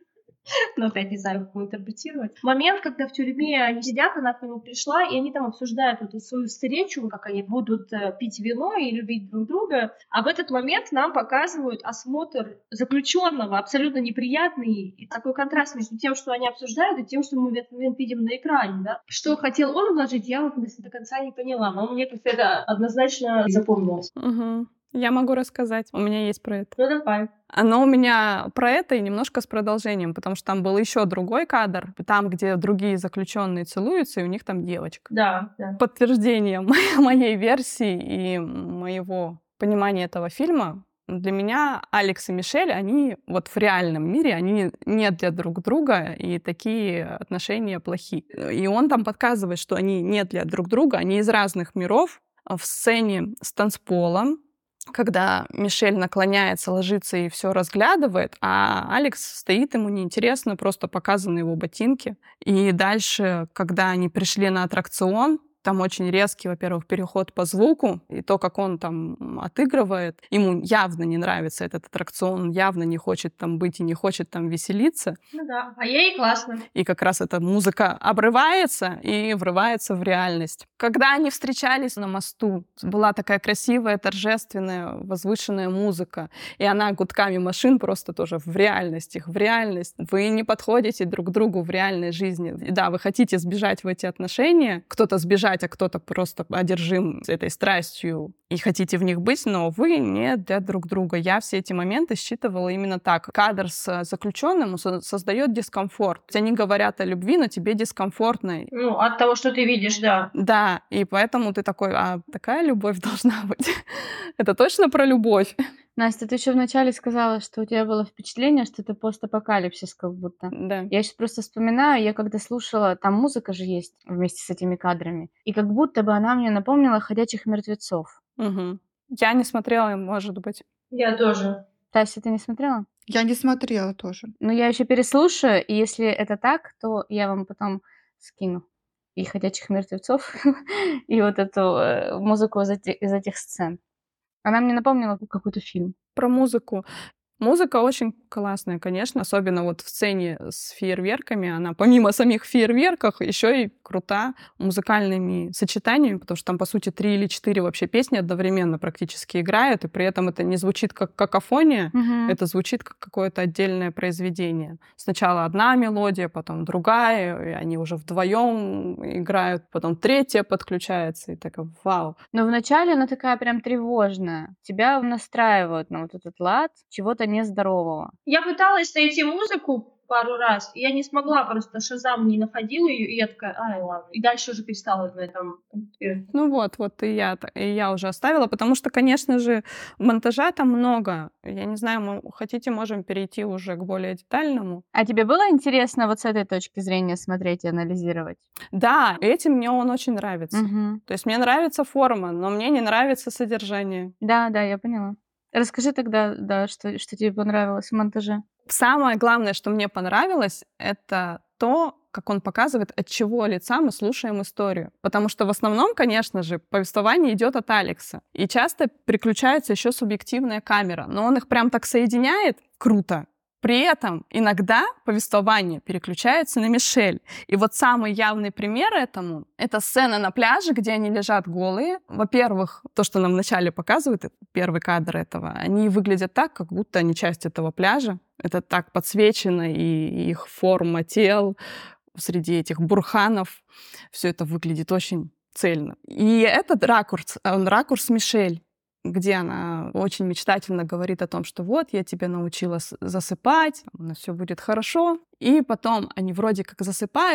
но опять не знаю, как его интерпретировать. Момент, когда в тюрьме они сидят, она к нему пришла, и они там обсуждают вот эту свою встречу, как они будут э, пить вино и любить друг друга. А в этот момент нам показывают осмотр заключенного, абсолютно неприятный, и такой контраст между тем, что они обсуждают, и тем, что мы в этот момент видим на экране. Да? Что хотел он вложить, я вот до конца не поняла, но мне как-то это однозначно запомнилось. Угу. Я могу рассказать, у меня есть про это. Ну давай. Оно у меня про это и немножко с продолжением, потому что там был еще другой кадр, там, где другие заключенные целуются, и у них там девочка. Да, да. Подтверждение моей версии и моего понимания этого фильма. Для меня Алекс и Мишель, они вот в реальном мире, они не для друг друга, и такие отношения плохи. И он там подсказывает, что они не для друг друга, они из разных миров. В сцене с танцполом, когда Мишель наклоняется, ложится и все разглядывает, а Алекс стоит, ему неинтересно, просто показаны его ботинки. И дальше, когда они пришли на аттракцион, там очень резкий, во-первых, переход по звуку, и то, как он там отыгрывает. Ему явно не нравится этот аттракцион, он явно не хочет там быть и не хочет там веселиться. Ну да, а ей классно. И как раз эта музыка обрывается и врывается в реальность. Когда они встречались на мосту, была такая красивая, торжественная, возвышенная музыка, и она гудками машин просто тоже в реальность их, в реальность. Вы не подходите друг к другу в реальной жизни. И да, вы хотите сбежать в эти отношения, кто-то сбежать, а кто-то просто одержим этой страстью и хотите в них быть, но вы не для друг друга. Я все эти моменты считывала именно так. Кадр с заключенным создает дискомфорт. Они говорят о любви, но тебе дискомфортно. Ну, от того, что ты видишь, да. Да, и поэтому ты такой, а такая любовь должна быть. Это точно про любовь. Настя, ты еще вначале сказала, что у тебя было впечатление, что это постапокалипсис как будто. Да. Я сейчас просто вспоминаю, я когда слушала, там музыка же есть вместе с этими кадрами, и как будто бы она мне напомнила «Ходячих мертвецов». Угу. Я не смотрела, может быть. Я тоже. Тася, ты не смотрела? Я не смотрела тоже. Ну, я еще переслушаю, и если это так, то я вам потом скину и «Ходячих мертвецов», и вот эту э, музыку из этих, из этих сцен. Она мне напомнила какой-то фильм. Про музыку. Музыка очень классная, конечно, особенно вот в сцене с фейерверками. Она помимо самих фейерверков еще и крута музыкальными сочетаниями, потому что там, по сути, три или четыре вообще песни одновременно практически играют, и при этом это не звучит как какофония, Мгм. это звучит как какое-то отдельное произведение. Сначала одна мелодия, потом другая, и они уже вдвоем играют, потом третья подключается, и такая вау. Но вначале она такая прям тревожная. Тебя настраивают на вот этот лад чего-то нездорового. Я пыталась найти музыку пару раз, и я не смогла, просто Шазам не находил ее, и я такая, ай, ладно. И дальше уже перестала на этом. Ну вот, вот и я, и я уже оставила, потому что, конечно же, монтажа там много. Я не знаю, мы, хотите, можем перейти уже к более детальному. А тебе было интересно вот с этой точки зрения смотреть и анализировать? Да, этим мне он очень нравится. Мгм. То есть мне нравится форма, но мне не нравится содержание. Да, да, я поняла. Расскажи тогда, да, что, что тебе понравилось в монтаже. Самое главное, что мне понравилось, это то, как он показывает, от чего лица мы слушаем историю. Потому что в основном, конечно же, повествование идет от Алекса. И часто приключается еще субъективная камера. Но он их прям так соединяет круто. При этом иногда повествование переключается на Мишель. И вот самый явный пример этому — это сцена на пляже, где они лежат голые. Во-первых, то, что нам вначале показывают, это первый кадр этого, они выглядят так, как будто они часть этого пляжа. Это так подсвечено, и их форма тел среди этих бурханов. Все это выглядит очень цельно. И этот ракурс, он ракурс Мишель, где она очень мечтательно говорит о том, что вот, я тебя научила засыпать, все будет хорошо. И потом они вроде как засыпают, и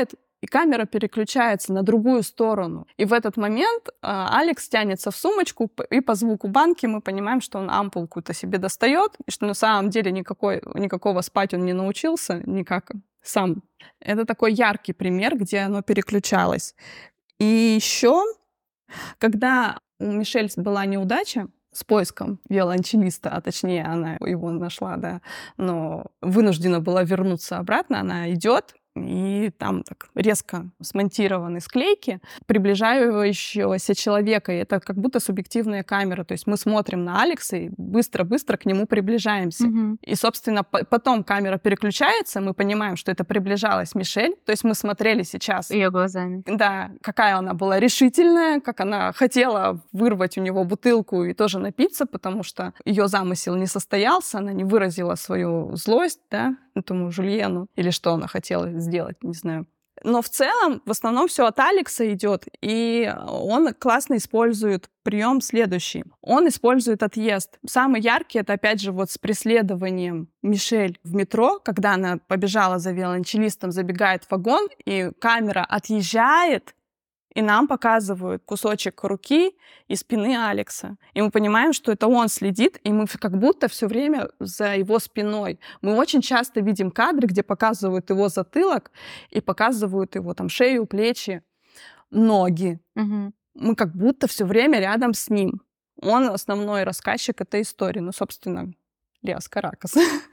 и камера переключается на другую сторону. И в этот момент э, Алекс тянется в сумочку, и по звуку банки мы понимаем, что он ампулку-то себе достает, и что на самом деле никакой, никакого спать он не научился никак сам. Это такой яркий пример, где оно переключалось. И еще, когда у Мишель была неудача с поиском виолончелиста, а точнее она его нашла, да, но вынуждена была вернуться обратно, она идет, и там так резко смонтированы склейки приближающегося человека. И это как будто субъективная камера. То есть мы смотрим на Алекса и быстро-быстро к нему приближаемся. Mm-hmm. И, собственно, по- потом камера переключается, мы понимаем, что это приближалась Мишель. То есть мы смотрели сейчас... Ее глазами. Да, какая она была решительная, как она хотела вырвать у него бутылку и тоже напиться, потому что ее замысел не состоялся, она не выразила свою злость, да, этому Жульену, или что она хотела сделать, не знаю. Но в целом, в основном, все от Алекса идет, и он классно использует прием следующий. Он использует отъезд. Самый яркий — это, опять же, вот с преследованием Мишель в метро, когда она побежала за виолончелистом, забегает в вагон, и камера отъезжает, и нам показывают кусочек руки и спины Алекса. И мы понимаем, что это он следит, и мы как будто все время за его спиной. Мы очень часто видим кадры, где показывают его затылок и показывают его там шею, плечи, ноги. Угу. Мы как будто все время рядом с ним. Он основной рассказчик этой истории. Ну, собственно, Леос Каракас.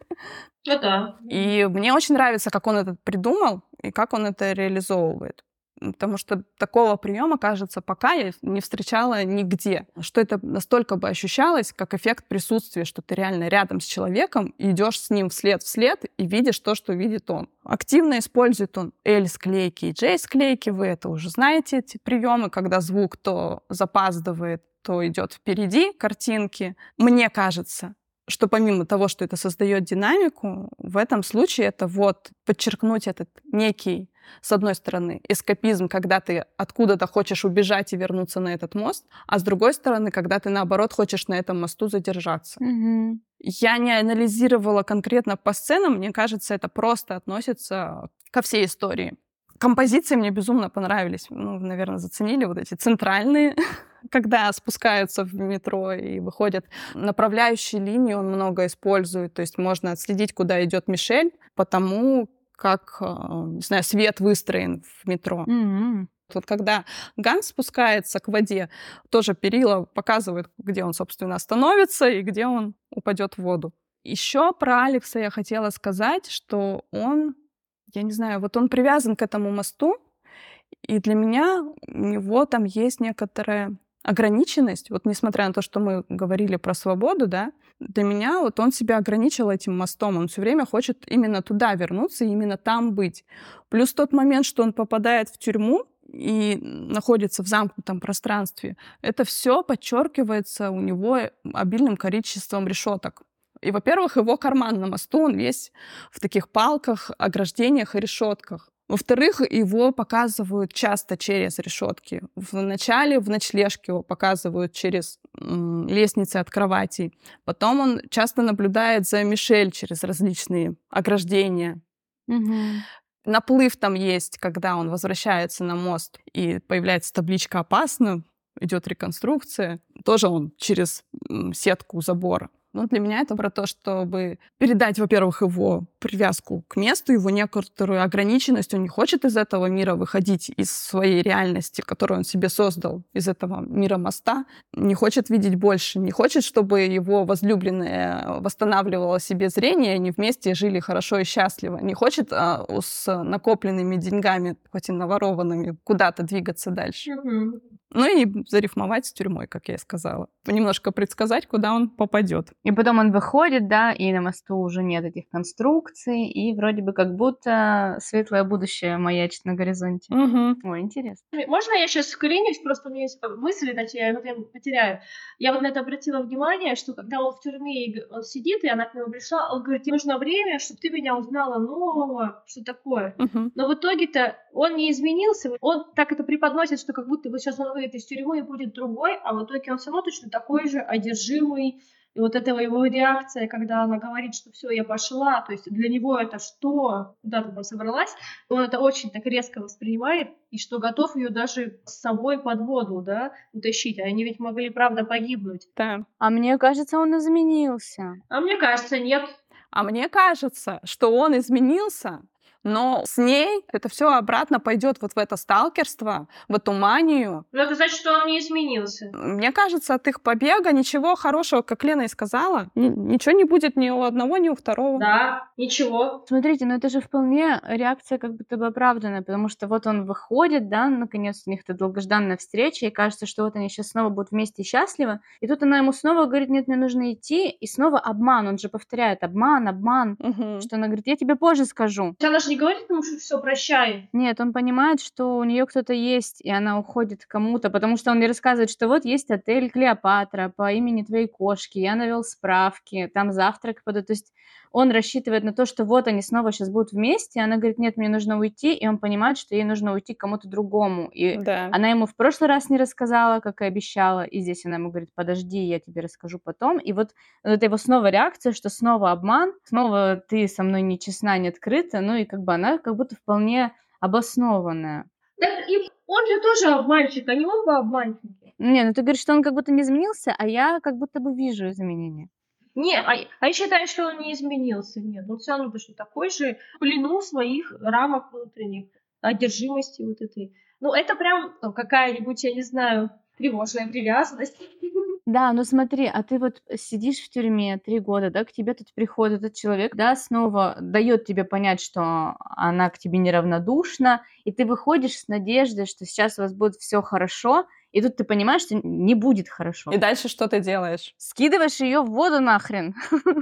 Ну да. И мне очень нравится, как он это придумал и как он это реализовывает. Потому что такого приема, кажется, пока я не встречала нигде. Что это настолько бы ощущалось, как эффект присутствия, что ты реально рядом с человеком, идешь с ним вслед вслед и видишь то, что видит он. Активно использует он L-склейки и J-склейки. Вы это уже знаете, эти приемы, когда звук то запаздывает, то идет впереди картинки. Мне кажется, что помимо того, что это создает динамику, в этом случае это вот подчеркнуть этот некий, с одной стороны, эскапизм, когда ты откуда-то хочешь убежать и вернуться на этот мост, а с другой стороны, когда ты, наоборот, хочешь на этом мосту задержаться. Mm-hmm. Я не анализировала конкретно по сценам, мне кажется, это просто относится ко всей истории. Композиции мне безумно понравились. Ну, наверное, заценили вот эти центральные, когда спускаются в метро и выходят. Направляющие линии он много использует, то есть можно отследить, куда идет Мишель, потому как, не знаю, свет выстроен в метро. Mm-hmm. Вот когда Ганс спускается к воде, тоже перила показывают, где он, собственно, остановится и где он упадет в воду. Еще про Алекса я хотела сказать, что он, я не знаю, вот он привязан к этому мосту, и для меня у него там есть некоторая ограниченность. Вот несмотря на то, что мы говорили про свободу, да, для меня вот он себя ограничил этим мостом. Он все время хочет именно туда вернуться и именно там быть. Плюс тот момент, что он попадает в тюрьму и находится в замкнутом пространстве, это все подчеркивается у него обильным количеством решеток. И, во-первых, его карман на мосту, он весь в таких палках, ограждениях и решетках. Во-вторых, его показывают часто через решетки. Вначале в ночлежке его показывают через м, лестницы от кроватей. Потом он часто наблюдает за Мишель через различные ограждения. Mm-hmm. Наплыв там есть, когда он возвращается на мост, и появляется табличка «Опасно», идет реконструкция. Тоже он через м, сетку забора. Но для меня это про то, чтобы передать, во-первых, его привязку к месту, его некоторую ограниченность. Он не хочет из этого мира выходить, из своей реальности, которую он себе создал, из этого мира моста. Не хочет видеть больше, не хочет, чтобы его возлюбленная восстанавливала себе зрение, и они вместе жили хорошо и счастливо. Не хочет а, с накопленными деньгами, хоть и наворованными, куда-то двигаться дальше. Mm-hmm. Ну и зарифмовать с тюрьмой, как я и сказала. Немножко предсказать, куда он попадет. И потом он выходит, да, и на мосту уже нет этих конструкций, и вроде бы как будто светлое будущее маячит на горизонте. Угу. Ой, интересно. Можно я сейчас вклинюсь? Просто у меня есть мысль, иначе я его потеряю. Я вот на это обратила внимание, что когда он в тюрьме, он сидит, и она к нему пришла, он говорит, тебе нужно время, чтобы ты меня узнала нового, что такое. Угу. Но в итоге-то он не изменился, он так это преподносит, что как будто бы сейчас он выйдет из тюрьмы и будет другой, а в итоге он все равно точно такой же, одержимый, И вот эта его реакция, когда она говорит, что все, я пошла, то есть для него это что? Куда ты там собралась? Он это очень так резко воспринимает, и что готов ее даже с собой под воду, да, утащить. А они ведь могли, правда, погибнуть. Да. А мне кажется, он изменился. А мне кажется, нет. А мне кажется, что он изменился, но с ней это все обратно пойдет вот в это сталкерство, в эту манию. Но это значит, что он не изменился. Мне кажется, от их побега ничего хорошего, как Лена и сказала, ни- ничего не будет ни у одного, ни у второго. Да, ничего. Смотрите, ну это же вполне реакция как будто бы оправданная, потому что вот он выходит, да, наконец у них эта долгожданная встреча, и кажется, что вот они сейчас снова будут вместе и счастливы, и тут она ему снова говорит, нет, мне нужно идти, и снова обман, он же повторяет, обман, обман, Мгм. что она говорит, я тебе позже скажу. Она же не говорит ему, что все, прощай. Нет, он понимает, что у нее кто-то есть, и она уходит к кому-то, потому что он ей рассказывает, что вот есть отель Клеопатра по имени твоей кошки, я навел справки, там завтрак подают. То есть он рассчитывает на то, что вот они снова сейчас будут вместе, и она говорит, нет, мне нужно уйти, и он понимает, что ей нужно уйти к кому-то другому. И Да. она ему в прошлый раз не рассказала, как и обещала, и здесь она ему говорит, подожди, я тебе расскажу потом. И вот это его снова реакция, что снова обман, снова ты со мной не честна, не открыта, ну и как бы она как будто вполне обоснованная. Так и он же тоже обманщик, они оба обманщики. Не, ну ты говоришь, что он как будто не изменился, а я как будто бы вижу изменения. Не, а, а я считаю, что он не изменился. Нет, он все равно точно такой же, в плену своих рамок внутренних, одержимости вот этой. Ну, это прям ну, какая-нибудь, я не знаю, тревожная привязанность. Да, но смотри, а ты вот сидишь в тюрьме три года, да, к тебе тут приходит этот человек, да, снова дает тебе понять, что она к тебе неравнодушна, и ты выходишь с надеждой, что сейчас у вас будет все хорошо, и тут ты понимаешь, что не будет хорошо. И дальше что ты делаешь? Скидываешь ее в воду нахрен.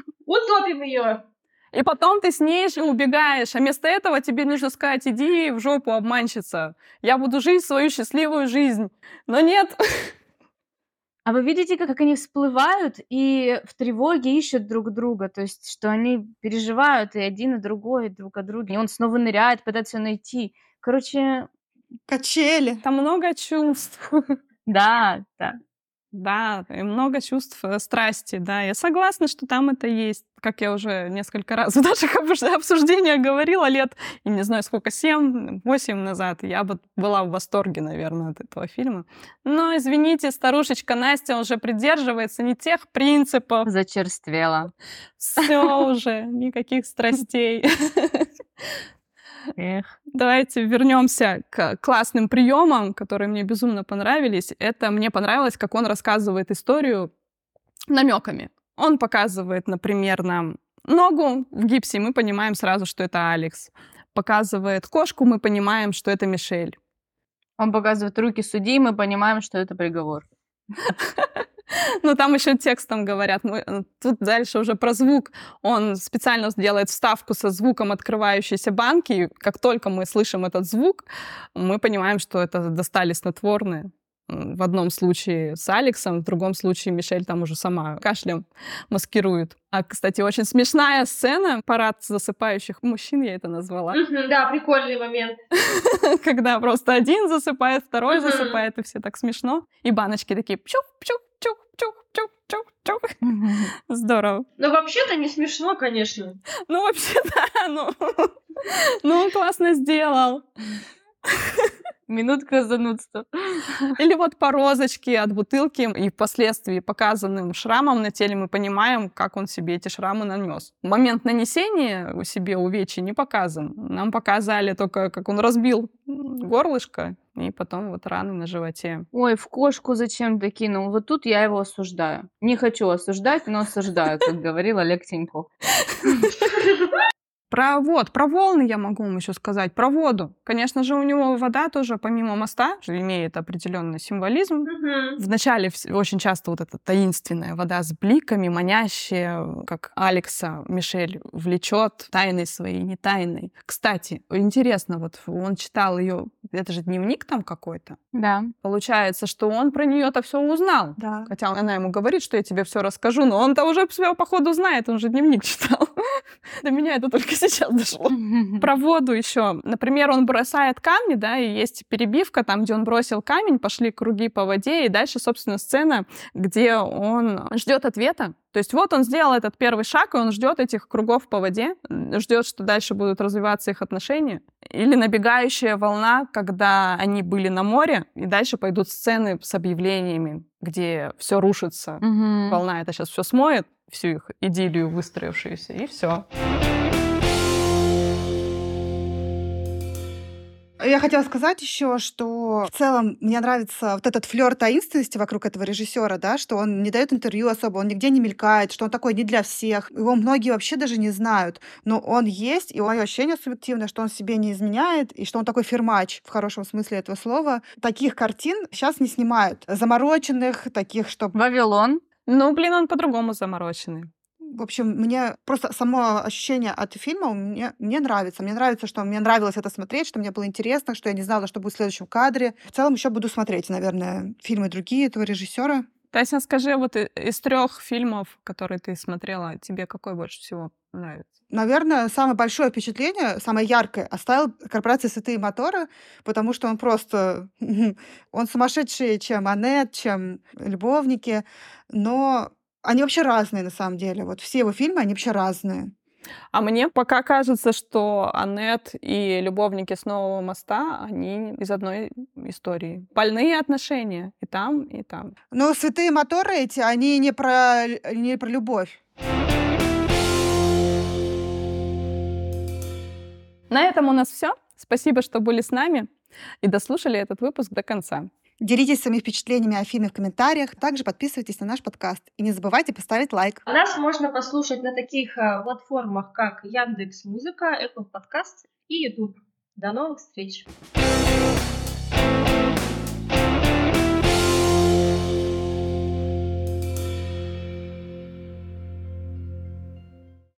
Утопим ее. И потом ты с ней же убегаешь, а вместо этого тебе нужно сказать, иди в жопу, обманщица, я буду жить свою счастливую жизнь. Но нет. А вы видите, как они всплывают и в тревоге ищут друг друга, то есть что они переживают и один, и другой друг о друге, и он снова ныряет, пытается её найти. Короче, Качели. Там много чувств. да, да. Да, и много чувств э, страсти, да. Я согласна, что там это есть. Как я уже несколько раз в наших обсуж- обсуждениях говорила, лет, и не знаю сколько, семь, восемь назад, я бы была в восторге, наверное, от этого фильма. Но, извините, старушечка Настя уже придерживается не тех принципов. Зачерствела. Все уже, никаких страстей. Эх. Давайте вернемся к классным приемам, которые мне безумно понравились. Это мне понравилось, как он рассказывает историю намеками. Он показывает, например, нам ногу в гипсе, мы понимаем сразу, что это Алекс. Показывает кошку, мы понимаем, что это Мишель. Он показывает руки судьи, мы понимаем, что это приговор. Ну, там еще текстом говорят. Мы, э, тут дальше уже про звук. Он специально делает вставку со звуком открывающейся банки. И как только мы слышим этот звук, мы понимаем, что это достали снотворные. М, В одном случае с Алексом, в другом случае Мишель там уже сама кашлем маскирует. А, кстати, очень смешная сцена, парад засыпающих мужчин, я это назвала, Мгм, да, прикольный момент. когда просто один засыпает, второй Мгм. засыпает, и все так смешно. И баночки такие пчух, пчух, пчух, пчух, пчух, пчух, пчух. Здорово. Но вообще-то не смешно, конечно. Ну, вообще, да, ну, ну, он классно сделал. Минутка занудства. Или вот по розочке от бутылки и впоследствии показанным шрамом на теле мы понимаем, как он себе эти шрамы нанес. Момент нанесения у себе увечий не показан. Нам показали только, как он разбил горлышко, и потом вот раны на животе. Ой, в кошку зачем-то кинул. Вот тут я его осуждаю. Не хочу осуждать, но осуждаю, как говорил Олег Тиньков. Про вот, про волны я могу вам еще сказать, про воду. Конечно же, у него вода тоже, помимо моста, же имеет определенный символизм. Мгм. Вначале вс- очень часто вот эта таинственная вода с бликами, манящая, как Алекса Мишель влечет тайной своей, не тайной. Кстати, интересно, вот он читал ее, это же дневник там какой-то. Да. Получается, что он про нее-то все узнал. Да. Хотя она ему говорит, что я тебе все расскажу, но он-то уже все походу знает, он же дневник читал. До меня это только сейчас дошло. Про воду еще. Например, он бросает камни, да, и есть перебивка, там, где он бросил камень, пошли круги по воде, и дальше, собственно, сцена, где он ждет ответа. То есть вот он сделал этот первый шаг, и он ждет этих кругов по воде, ждет, что дальше будут развиваться их отношения. Или набегающая волна, когда они были на море, и дальше пойдут сцены с объявлениями, где все рушится. Мгм. Волна это сейчас все смоет, всю их идиллию выстроившуюся, и все. Я хотела сказать еще, что в целом мне нравится вот этот флёр таинственности вокруг этого режиссера, да, что он не дает интервью особо, он нигде не мелькает, что он такой не для всех. Его многие вообще даже не знают, но он есть, и мое ощущение субъективное, что он себе не изменяет, и что он такой фермач в хорошем смысле этого слова. Таких картин сейчас не снимают. Замороченных, таких, что... Вавилон. Ну, блин, он по-другому замороченный. В общем, мне просто само ощущение от фильма мне, мне нравится. Мне нравится, что мне нравилось это смотреть, что мне было интересно, что я не знала, что будет в следующем кадре. В целом еще буду смотреть, наверное, фильмы другие этого режиссера. Тася, скажи, вот и- из трех фильмов, которые ты смотрела, тебе какой больше всего нравится? Наверное, самое большое впечатление, самое яркое, оставил «Корпорация «Святые моторы», потому что он просто... Он сумасшедший, чем «Аннет», чем «Любовники», но они вообще разные на самом деле. Вот все его фильмы, они вообще разные. А мне пока кажется, что Аннет и любовники с Нового моста, они из одной истории. Больные отношения и там, и там. Но «Святые моторы» эти, они не про, не про любовь. На этом у нас все. Спасибо, что были с нами и дослушали этот выпуск до конца. Делитесь своими впечатлениями о фильме в комментариях. Также подписывайтесь на наш подкаст. И не забывайте поставить лайк. Нас можно послушать на таких э, платформах, как Яндекс.Музыка, Apple Podcast и YouTube. До новых встреч!